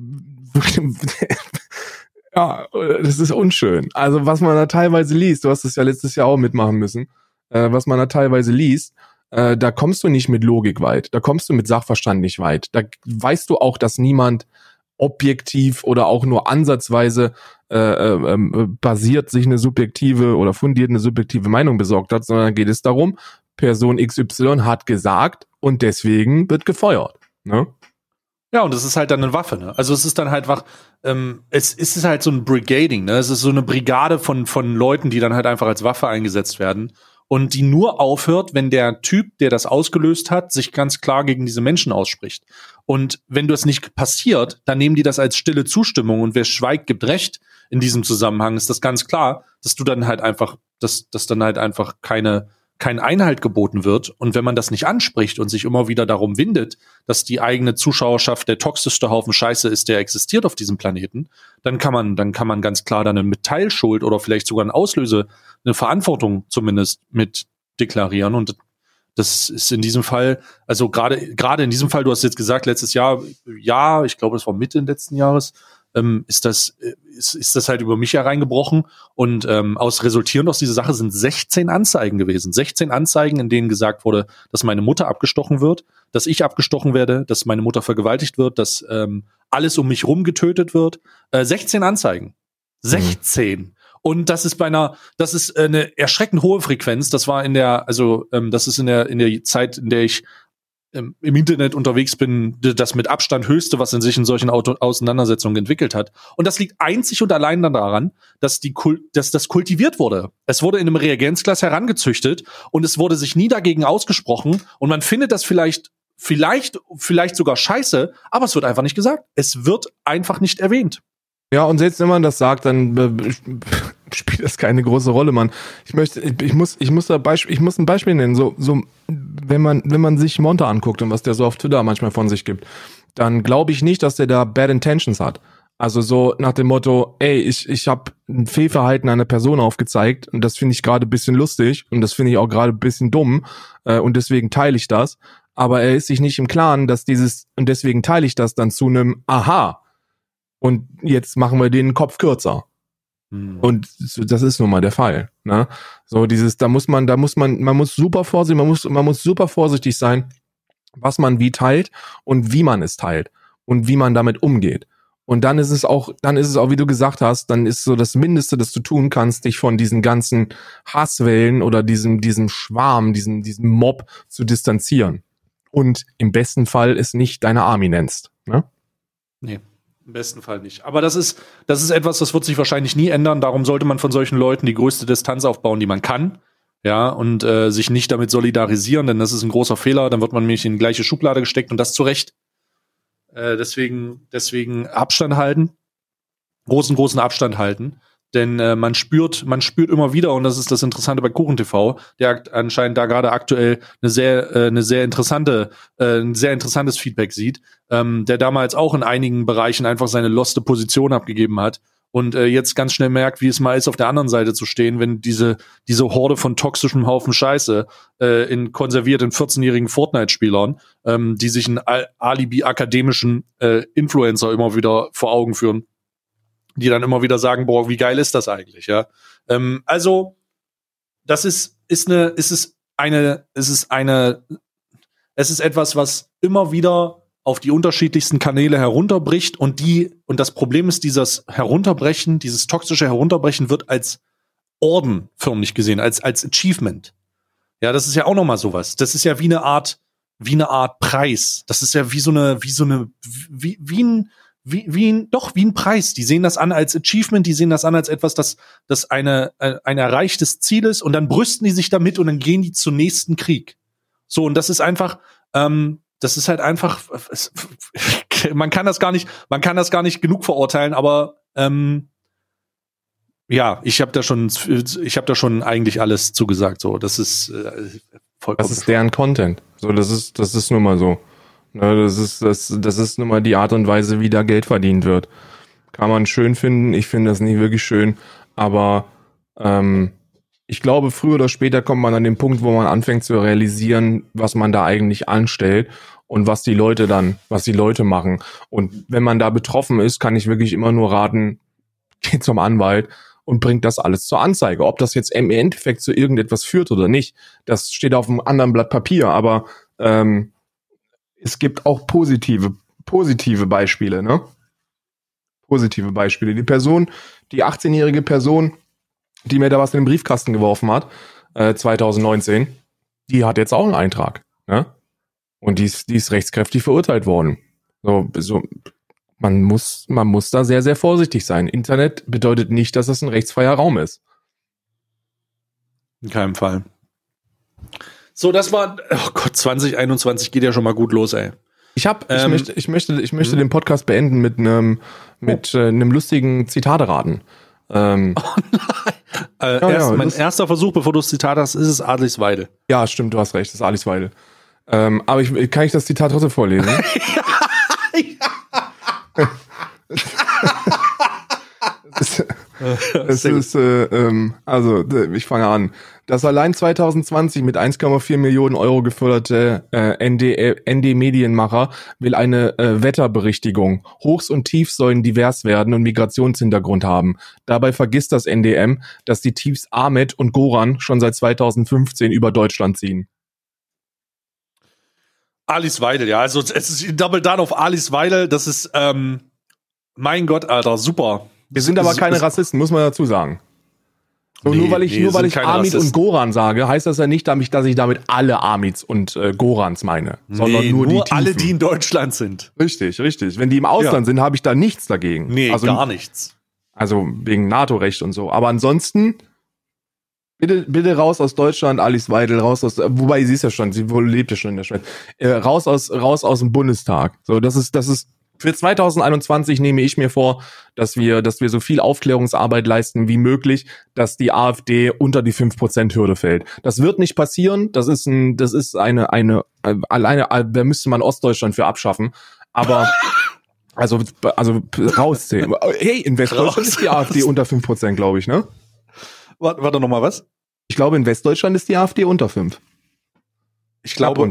ja, das ist unschön. Also was man da teilweise liest, du hast es ja letztes Jahr auch mitmachen müssen, was man da teilweise liest, da kommst du nicht mit Logik weit, da kommst du mit Sachverstand nicht weit. Da weißt du auch, dass niemand objektiv oder auch nur ansatzweise basiert sich eine subjektive oder fundiert eine subjektive Meinung besorgt hat, sondern geht es darum, Person XY hat gesagt und deswegen wird gefeuert. Ne? Ja, und das ist halt dann eine Waffe, ne? Also es ist dann halt es ist halt so ein Brigading, ne? Es ist so eine Brigade von Leuten, die dann halt einfach als Waffe eingesetzt werden. und die nur aufhört, wenn der Typ, der das ausgelöst hat, sich ganz klar gegen diese Menschen ausspricht. Und wenn das nicht passiert, dann nehmen die das als stille Zustimmung und wer schweigt, gibt Recht. In diesem Zusammenhang ist das ganz klar, dass du dann halt einfach, dass dann halt einfach kein Einhalt geboten wird. Und wenn man das nicht anspricht und sich immer wieder darum windet, dass die eigene Zuschauerschaft der toxischste Haufen Scheiße ist, der existiert auf diesem Planeten, dann kann man ganz klar dann eine Teilschuld oder vielleicht sogar eine Verantwortung zumindest mit deklarieren. Und das ist in diesem Fall, also gerade in diesem Fall, du hast jetzt gesagt, letztes Jahr, ja, ich glaube, es war Mitte letzten Jahres, ist das halt über mich hereingebrochen und resultierend aus dieser Sache sind 16 Anzeigen gewesen. 16 Anzeigen, in denen gesagt wurde, dass meine Mutter abgestochen wird, dass ich abgestochen werde, dass meine Mutter vergewaltigt wird, dass alles um mich rum getötet wird. 16 Anzeigen. 16. Und das ist eine erschreckend hohe Frequenz. Das war das ist in der Zeit, in der ich im Internet unterwegs bin, das mit Abstand höchste, was in sich in solchen Auseinandersetzungen entwickelt hat. Und das liegt einzig und allein daran, dass das kultiviert wurde. Es wurde in einem Reagenzglas herangezüchtet und es wurde sich nie dagegen ausgesprochen und man findet das vielleicht sogar scheiße, aber es wird einfach nicht gesagt. Es wird einfach nicht erwähnt. Ja, und selbst wenn man das sagt, dann spielt das keine große Rolle, Mann. Ich muss ein Beispiel nennen. So, wenn man sich Monte anguckt und was der so auf Twitter manchmal von sich gibt, dann glaube ich nicht, dass der da Bad Intentions hat. Also so nach dem Motto, ey, ich habe ein Fehlverhalten einer Person aufgezeigt und das finde ich gerade ein bisschen lustig und das finde ich auch gerade ein bisschen dumm und deswegen teile ich das. Aber er ist sich nicht im Klaren, dass und deswegen teile ich das dann zu einem Aha. Und jetzt machen wir den Kopf kürzer. Und das ist nun mal der Fall, ne? So man muss super vorsichtig sein, was man wie teilt und wie man es teilt und wie man damit umgeht. Und dann ist es auch, wie du gesagt hast, dann ist so das Mindeste, das du tun kannst, dich von diesen ganzen Hasswellen oder diesem Schwarm, diesem Mob zu distanzieren. Und im besten Fall es nicht deine Army nennst, ne? Nee. Im besten Fall nicht. Aber das ist etwas, das wird sich wahrscheinlich nie ändern. Darum sollte man von solchen Leuten die größte Distanz aufbauen, die man kann. Ja, und sich nicht damit solidarisieren, denn das ist ein großer Fehler. Dann wird man nämlich in die gleiche Schublade gesteckt und das zu Recht. Deswegen Abstand halten. Großen Abstand halten. Denn man spürt immer wieder, und das ist das Interessante bei KuchenTV, der anscheinend da gerade aktuell ein sehr interessantes Feedback sieht, der damals auch in einigen Bereichen einfach seine loste Position abgegeben hat und jetzt ganz schnell merkt, wie es mal ist, auf der anderen Seite zu stehen, wenn diese Horde von toxischem Haufen Scheiße konserviert in 14-jährigen Fortnite-Spielern, die sich einen alibi-akademischen Influencer immer wieder vor Augen führen, die dann immer wieder sagen, boah, wie geil ist das eigentlich, ja? Also, das ist etwas, was immer wieder auf die unterschiedlichsten Kanäle herunterbricht und das Problem ist, dieses toxische Herunterbrechen wird als Orden förmlich gesehen, als Achievement. Ja, das ist ja auch nochmal sowas. Das ist ja wie eine Art Preis. Das ist ja wie ein Preis. Die sehen das an als Achievement, die sehen das an als etwas, das ein erreichtes Ziel ist und dann brüsten die sich damit und dann gehen die zum nächsten Krieg. So, und das ist einfach, das ist halt einfach, man kann das gar nicht genug verurteilen, aber ja, ich habe da schon eigentlich alles zugesagt. So, das ist vollkommen. Das ist deren Content. So, das ist nun mal so. Das ist nun mal die Art und Weise, wie da Geld verdient wird. Kann man schön finden, ich finde das nicht wirklich schön, aber ich glaube, früher oder später kommt man an den Punkt, wo man anfängt zu realisieren, was man da eigentlich anstellt und was die Leute machen. Und wenn man da betroffen ist, kann ich wirklich immer nur raten, geht zum Anwalt und bringt das alles zur Anzeige. Ob das jetzt im Endeffekt zu irgendetwas führt oder nicht, das steht auf einem anderen Blatt Papier, aber es gibt auch positive Beispiele, ne? Positive Beispiele. Die 18-jährige Person, die mir da was in den Briefkasten geworfen hat, 2019, die hat jetzt auch einen Eintrag, ne? Und die ist rechtskräftig verurteilt worden. So, man muss da sehr, sehr vorsichtig sein. Internet bedeutet nicht, dass es ein rechtsfreier Raum ist. In keinem Fall. So, das war, oh Gott, 2021 geht ja schon mal gut los, ey. Ich möchte den Podcast beenden mit einem lustigen Zitate-Raten. Mein erster Versuch, bevor du das Zitat hast, ist es Adlisweidel. Ja, stimmt, du hast recht, das ist Adlisweidel. Aber kann ich das Zitat trotzdem vorlesen? Ich fange an. Das allein 2020 mit 1,4 Millionen Euro geförderte ND-Medienmacher will eine Wetterberichtigung. Hochs und Tiefs sollen divers werden und Migrationshintergrund haben. Dabei vergisst das NDM, dass die Tiefs Ahmed und Goran schon seit 2015 über Deutschland ziehen. Alice Weidel, ja, also es ist Double Down auf Alice Weidel, das ist, mein Gott, Alter, super. Wir sind aber keine Rassisten, muss man dazu sagen. So, nur weil ich Amit und Goran sage, heißt das ja nicht, dass ich damit alle Amits und Gorans meine, sondern nur die Tiefen. Alle, die in Deutschland sind. Richtig. Wenn die im Ausland sind, habe ich da nichts dagegen. Nee, also, gar nichts. Also wegen NATO-Recht und so. Aber ansonsten, bitte raus aus Deutschland, Alice Weidel, wobei sie ist ja schon, sie lebt ja schon in der Schweiz. Raus aus dem Bundestag. So, das ist für 2021 nehme ich mir vor, dass wir so viel Aufklärungsarbeit leisten wie möglich, dass die AfD unter die 5%-Hürde fällt. Das wird nicht passieren. Das ist alleine, da müsste man Ostdeutschland für abschaffen. Aber, also rausziehen. Hey, in Westdeutschland ist die AfD unter 5%, glaube ich, ne? Warte nochmal, was? Ich glaube, in Westdeutschland ist die AfD unter 5. Ich glaube,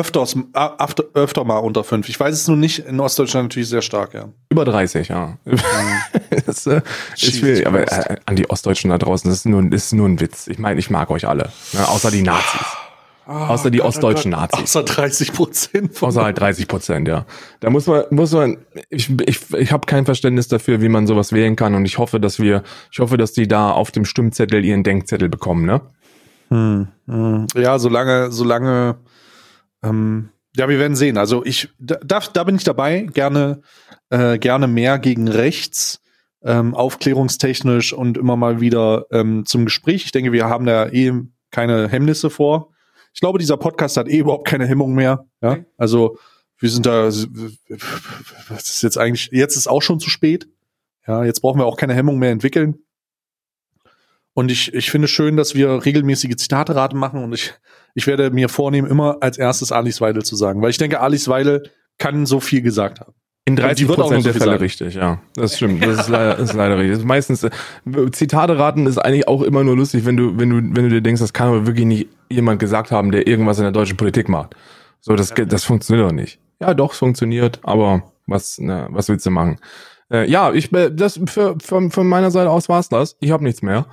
öfter mal unter 5. Ich weiß es nur nicht. In Ostdeutschland natürlich sehr stark, ja. Über 30, ja. Das ist schwierig. Aber an die Ostdeutschen da draußen, das ist nur ein Witz. Ich meine, ich mag euch alle. Ne? Außer die Nazis. Außer die ostdeutschen Nazis. Außer 30%. Außer halt 30%, ja. Da muss man, ich habe kein Verständnis dafür, wie man sowas wählen kann. Und ich hoffe, dass die da auf dem Stimmzettel ihren Denkzettel bekommen, ne? Ja, solange, ja, wir werden sehen. Also da bin ich dabei. Gerne mehr gegen rechts, aufklärungstechnisch und immer mal wieder zum Gespräch. Ich denke, wir haben da keine Hemmnisse vor. Ich glaube, dieser Podcast hat überhaupt keine Hemmung mehr. Ja, also wir sind da. Was ist jetzt eigentlich? Jetzt ist auch schon zu spät. Ja, jetzt brauchen wir auch keine Hemmung mehr entwickeln. Und ich finde schön, dass wir regelmäßige Zitate-Raten machen und ich werde mir vornehmen, immer als erstes Alice Weidel zu sagen, weil ich denke, Alice Weidel kann so viel gesagt haben. In 30% der Fälle richtig, ja. Das stimmt, das ist leider richtig. Meistens, Zitate-Raten ist eigentlich auch immer nur lustig, wenn du dir denkst, das kann aber wirklich nicht jemand gesagt haben, der irgendwas in der deutschen Politik macht. So, das funktioniert doch nicht. Ja, doch, es funktioniert, aber was willst du machen? Ja, von meiner Seite aus war's das. Ich habe nichts mehr.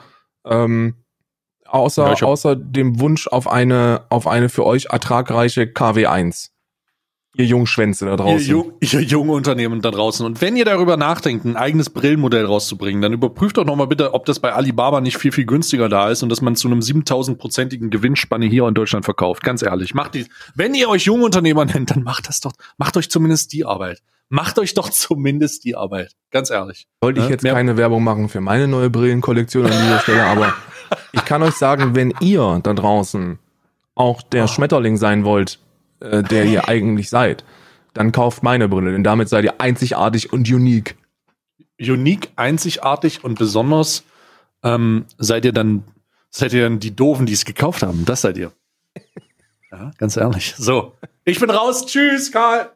Außer dem Wunsch auf eine für euch ertragreiche KW1. Ihr jungen Schwänze da draußen. Ihr junge Unternehmen da draußen. Und wenn ihr darüber nachdenkt, ein eigenes Brillenmodell rauszubringen, dann überprüft doch nochmal bitte, ob das bei Alibaba nicht viel, viel günstiger da ist und dass man zu einem 7000%igen Gewinnspanne hier in Deutschland verkauft. Ganz ehrlich, wenn ihr euch Jungunternehmer nennt, dann macht euch zumindest die Arbeit. Macht euch doch zumindest die Arbeit. Ganz ehrlich. Wollte ich jetzt keine Werbung machen für meine neue Brillenkollektion an dieser Stelle, aber ich kann euch sagen, wenn ihr da draußen auch der Schmetterling sein wollt, der ihr eigentlich seid, dann kauft meine Brille, denn damit seid ihr einzigartig und unique. Unique, einzigartig und besonders seid ihr dann die Doofen, die es gekauft haben. Das seid ihr. Ja, ganz ehrlich. So, ich bin raus. Tschüss, Karl.